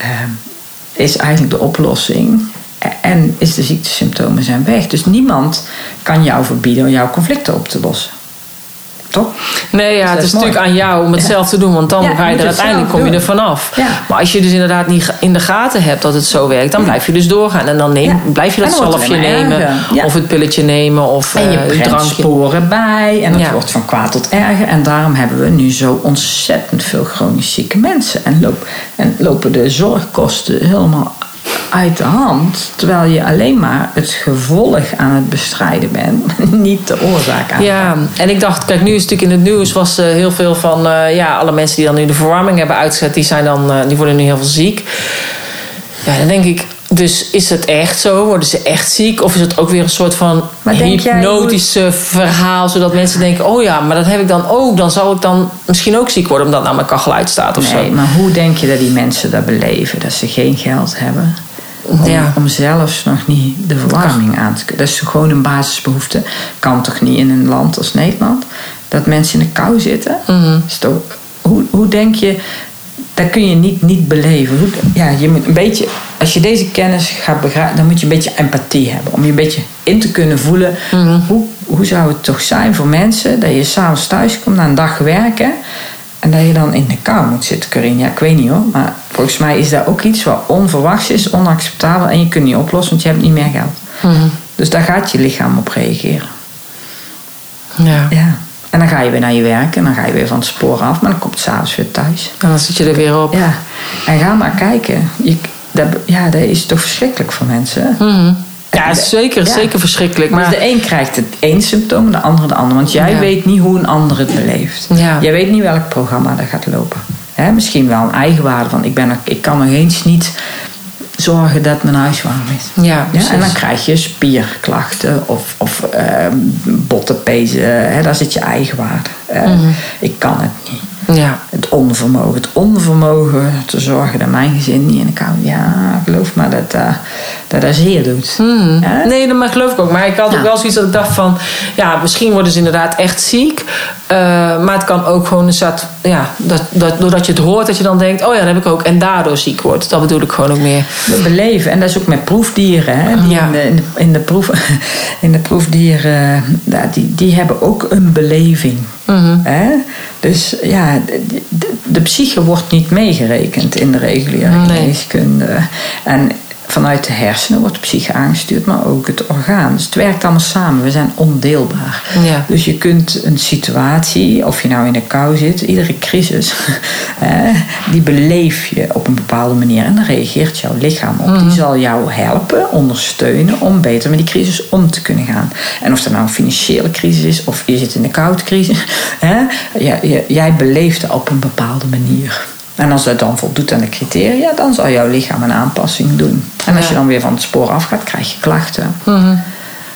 S2: is eigenlijk de oplossing. En is de ziektesymptomen zijn weg. Dus niemand kan jou verbieden om jouw conflicten op te lossen. Toch?
S1: Nee, ja,
S2: dus
S1: het is natuurlijk aan jou om het zelf te doen. Want dan ga je er uiteindelijk kom je er vanaf.
S2: Ja.
S1: Maar als je dus inderdaad niet in de gaten hebt dat het zo werkt, dan blijf je dus doorgaan. En dan blijf je dat zalfje nemen. Ja. Of het pilletje nemen. Of
S2: en je
S1: het drankje.
S2: sporen bij. En het wordt van kwaad tot erger. En daarom hebben we nu zo ontzettend veel chronisch zieke mensen. En lopen de zorgkosten helemaal uit de hand, terwijl je alleen maar het gevolg aan het bestrijden bent, niet de oorzaak aan.
S1: Ja, en ik dacht, kijk, nu is natuurlijk in het nieuws was heel veel van, alle mensen die dan nu de verwarming hebben uitgezet, die worden nu heel veel ziek. Ja, dan denk ik, dus is het echt zo? Worden ze echt ziek? Of is het ook weer een soort van hypnotische verhaal, zodat mensen denken, oh ja, maar dat heb ik dan ook. Dan zal ik dan misschien ook ziek worden, omdat nou mijn kachel uitstaat of zo.
S2: Nee, maar hoe denk je dat die mensen dat beleven? Dat ze geen geld hebben om zelfs nog niet de verwarming aan te kunnen. Dat is gewoon een basisbehoefte. Kan toch niet in een land als Nederland? Dat mensen in de kou zitten?
S1: Mm-hmm.
S2: Is toch, hoe denk je, dat kun je niet beleven. Je moet een beetje, als je deze kennis gaat begrijpen, dan moet je een beetje empathie hebben. Om je een beetje in te kunnen voelen. Mm-hmm. Hoe zou het toch zijn voor mensen dat je 's avonds thuis komt na een dag werken en dat je dan in de kou moet zitten, Corinne? Ja, ik weet niet hoor. Maar volgens mij is dat ook iets wat onverwachts is, onacceptabel. En je kunt niet oplossen, want je hebt niet meer geld.
S1: Mm-hmm.
S2: Dus daar gaat je lichaam op reageren.
S1: Ja.
S2: En dan ga je weer naar je werk en dan ga je weer van het spoor af. Maar dan komt het 's avonds weer thuis.
S1: En dan zit je er weer op.
S2: Ja. En ga maar kijken. Dat is toch verschrikkelijk voor mensen.
S1: Mm-hmm. Ja, zeker verschrikkelijk.
S2: Maar de een krijgt het één symptoom en de andere de ander. Want jij weet niet hoe een ander het beleeft.
S1: Ja.
S2: Jij weet niet welk programma dat gaat lopen. Misschien wel een eigenwaarde van ik kan nog eens niet zorgen dat mijn huis warm is.
S1: Ja,
S2: en dan krijg je spierklachten of bottenpezen. Daar zit je eigenwaarde. Ik kan het niet.
S1: Ja.
S2: Het onvermogen te zorgen dat mijn gezin niet in de kou. Ja, geloof maar dat zeer doet.
S1: Nee, dat geloof ik ook. Maar ik had ook wel zoiets dat ik dacht van, misschien worden ze inderdaad echt ziek. Maar het kan ook gewoon een soort, doordat je het hoort, dat je dan denkt, oh ja, dat heb ik ook. En daardoor ziek wordt. Dat bedoel ik gewoon ook meer.
S2: We beleven. En dat is ook met proefdieren. Hè? In de proefdieren, die hebben ook een beleving.
S1: Mm-hmm.
S2: Dus de psyche wordt niet meegerekend in de reguliere geneeskunde. En vanuit de hersenen wordt de psyche aangestuurd, maar ook het orgaan. Dus het werkt allemaal samen. We zijn ondeelbaar. Ja. Dus je kunt een situatie, of je nou in de kou zit, iedere crisis, die beleef je op een bepaalde manier. En daar reageert jouw lichaam op. Die zal jou helpen, ondersteunen om beter met die crisis om te kunnen gaan. En of dat nou een financiële crisis is, of je zit in de koude crisis. Jij beleeft het op een bepaalde manier. En als dat dan voldoet aan de criteria, dan zal jouw lichaam een aanpassing doen. En als je dan weer van het spoor afgaat, krijg je klachten.
S1: Mm-hmm.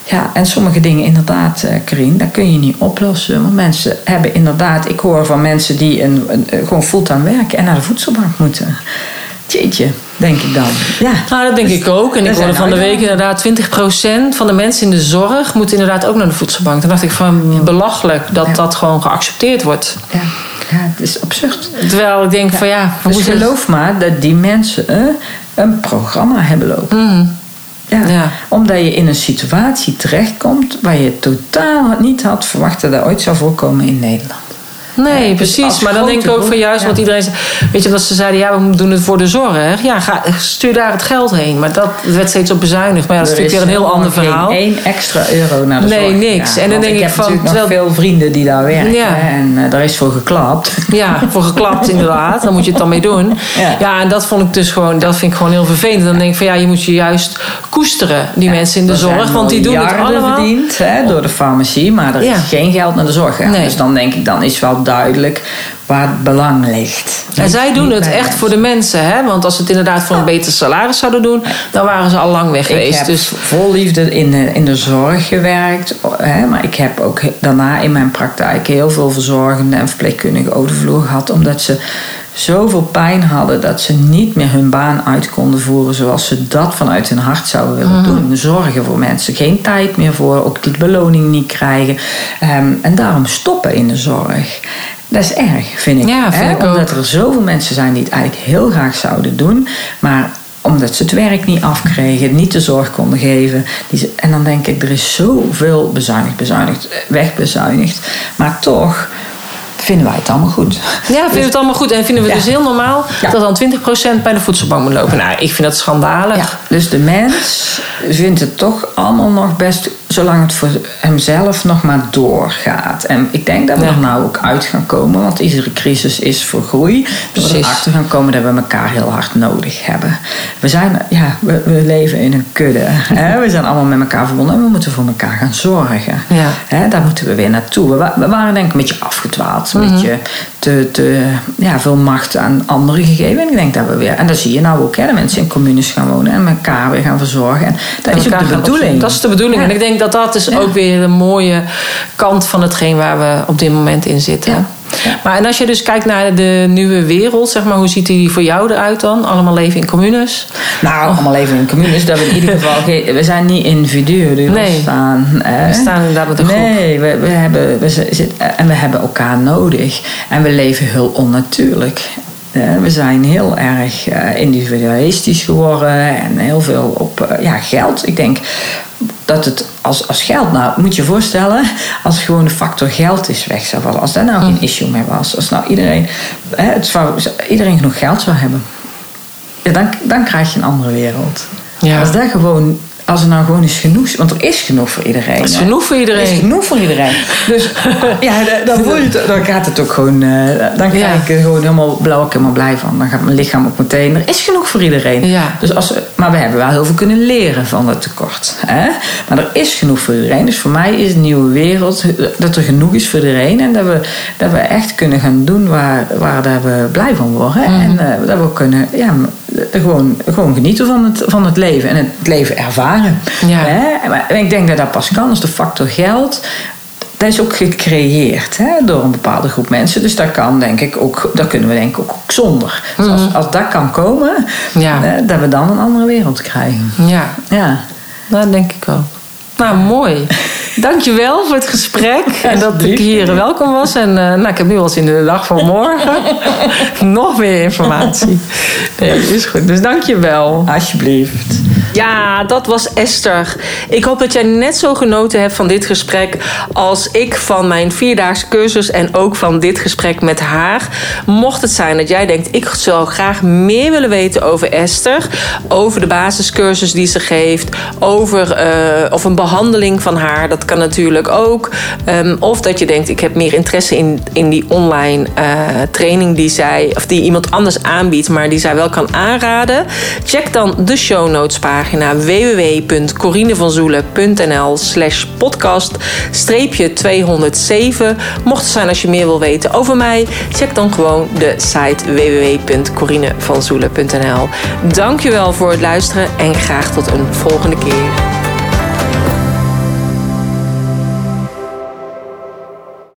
S2: Ja, en sommige dingen inderdaad, Carien, dat kun je niet oplossen. Want mensen hebben inderdaad... Ik hoor van mensen die gewoon fulltime werken en naar de voedselbank moeten. Jeetje, denk ik dan. Ja.
S1: Nou, dat denk ik ook. En ik hoorde van de week inderdaad 20% van de mensen in de zorg moeten inderdaad ook naar de voedselbank. Toen dacht ik van belachelijk dat gewoon geaccepteerd wordt.
S2: Ja. Ja, het is absurd.
S1: Terwijl ik denk van ja...
S2: Dus geloof maar dat die mensen een programma hebben lopen.
S1: Mm.
S2: Ja. Omdat je in een situatie terechtkomt waar je totaal niet had verwacht dat ooit zou voorkomen in Nederland.
S1: Nee, precies. Maar dan denk ik ook van juist wat iedereen zei. Weet je, dat ze zeiden, we doen het voor de zorg. Ja, stuur daar het geld heen. Maar dat werd steeds op bezuinigd. Maar ja, dat is natuurlijk weer een heel ander verhaal.
S2: Geen €1 naar de zorg.
S1: Nee, niks.
S2: Ja,
S1: en dan denk ik
S2: heb natuurlijk nog veel vrienden die daar werken. Ja. En daar is voor geklapt.
S1: Ja, voor geklapt inderdaad. Dan moet je het dan mee doen. Ja, en dat vond ik dus gewoon, dat vind ik gewoon heel vervelend. Dan denk ik van je moet je juist koesteren, die mensen in de zorg. Want die doen het allemaal.
S2: Verdiend door de farmacie. Maar er is geen geld naar de zorg. Nee. Dus dan denk ik, dan is wel duidelijk waar het belang ligt.
S1: En zij doen het echt voor de mensen. Hè? Want als ze het inderdaad voor een beter salaris zouden doen, dan waren ze al lang weg geweest.
S2: Ik heb vol liefde in de zorg gewerkt. Hè? Maar ik heb ook daarna in mijn praktijk heel veel verzorgende en verpleegkundigen over de vloer gehad. Omdat ze zoveel pijn hadden dat ze niet meer hun baan uit konden voeren zoals ze dat vanuit hun hart zouden willen doen. Zorgen voor mensen. Geen tijd meer voor. Ook die beloning niet krijgen. En daarom stoppen in de zorg. Dat is erg, vind ik.
S1: Ja, vind ik ook.
S2: Omdat er zoveel mensen zijn die het eigenlijk heel graag zouden doen. Maar omdat ze het werk niet afkregen, niet de zorg konden geven. En dan denk ik, er is zoveel bezuinigd, wegbezuinigd. Maar toch vinden wij het allemaal goed.
S1: Ja, vinden we het allemaal goed. En vinden we het dus heel normaal dat dan 20% bij de voedselbank moet lopen. Nou, ik vind dat schandalig.
S2: Ja, dus de mens vindt het toch allemaal nog best, zolang het voor hemzelf nog maar doorgaat. En ik denk dat we er nou ook uit gaan komen, want iedere crisis is voor groei. Dat we erachter gaan komen dat we elkaar heel hard nodig hebben. We leven in een kudde. Hè? We zijn allemaal met elkaar verbonden en we moeten voor elkaar gaan zorgen. Ja. Hè? Daar moeten we weer naartoe. We waren denk ik een beetje afgedwaald. Een beetje te veel macht aan anderen gegeven. En ik denk dat we weer... En dat zie je nou ook, hè, dat mensen in communes gaan wonen en elkaar weer gaan verzorgen. En dat is ook de bedoeling.
S1: Dat is de bedoeling. Ja. En ik denk dat is ook weer de mooie kant van hetgeen waar we op dit moment in zitten. Ja. Ja. Maar en als je dus kijkt naar de nieuwe wereld, zeg maar, hoe ziet die voor jou eruit dan? Allemaal leven in communes?
S2: Nou, allemaal leven in communes. Dat we in ieder geval we zijn niet individuen die we staan.
S1: We staan inderdaad met een groep.
S2: Nee, we hebben elkaar nodig. En we leven heel onnatuurlijk. We zijn heel erg individualistisch geworden en heel veel op geld. Ik denk dat het als geld, nou moet je je voorstellen, als gewoon de factor geld is weg zou vallen, als dat nou geen issue meer was, als nou iedereen genoeg geld zou hebben, dan krijg je een andere wereld. Ja. Als er nou gewoon is genoeg... Want er is genoeg voor iedereen.
S1: Er is genoeg voor iedereen.
S2: Er is genoeg voor iedereen. Dus dan gaat het ook gewoon... Dan krijg ik gewoon helemaal blij van. Dan gaat mijn lichaam ook meteen... Er is genoeg voor iedereen. Ja. Dus maar we hebben wel heel veel kunnen leren van het tekort. Hè? Maar er is genoeg voor iedereen. Dus voor mij is de nieuwe wereld... Dat er genoeg is voor iedereen. En dat we echt kunnen gaan doen waar we blij van worden. En dat we kunnen... gewoon genieten van het leven. En het leven ervaren. Ja. Maar ik denk dat dat pas kan als de factor geld. Dat is ook gecreëerd door een bepaalde groep mensen. Dus dat kan denk ik ook. Dat kunnen we denk ik ook zonder. Dus als dat kan komen, dat we dan een andere wereld krijgen.
S1: Ja. Dat denk ik ook. Nou, mooi. Dankjewel voor het gesprek. En dat ik hier welkom was. En ik heb nu al eens in de dag van morgen nog meer informatie. Nee, is goed. Dus dankjewel.
S2: Alsjeblieft.
S1: Ja, dat was Esther. Ik hoop dat jij net zo genoten hebt van dit gesprek als ik van mijn 4-daagse cursus en ook van dit gesprek met haar. Mocht het zijn dat jij denkt, ik zou graag meer willen weten over Esther, over de basiscursus die ze geeft, over of een behandeling van haar, dat kan natuurlijk ook. Of dat je denkt, ik heb meer interesse in die online training die iemand anders aanbiedt, maar die zij wel kan aanraden. Check dan de show notes pagina www.corinevanzoelen.nl/podcast-207. Mocht het zijn als je meer wil weten over mij, check dan gewoon de site www.corinevanzoelen.nl. Dankjewel voor het luisteren en graag tot een volgende keer.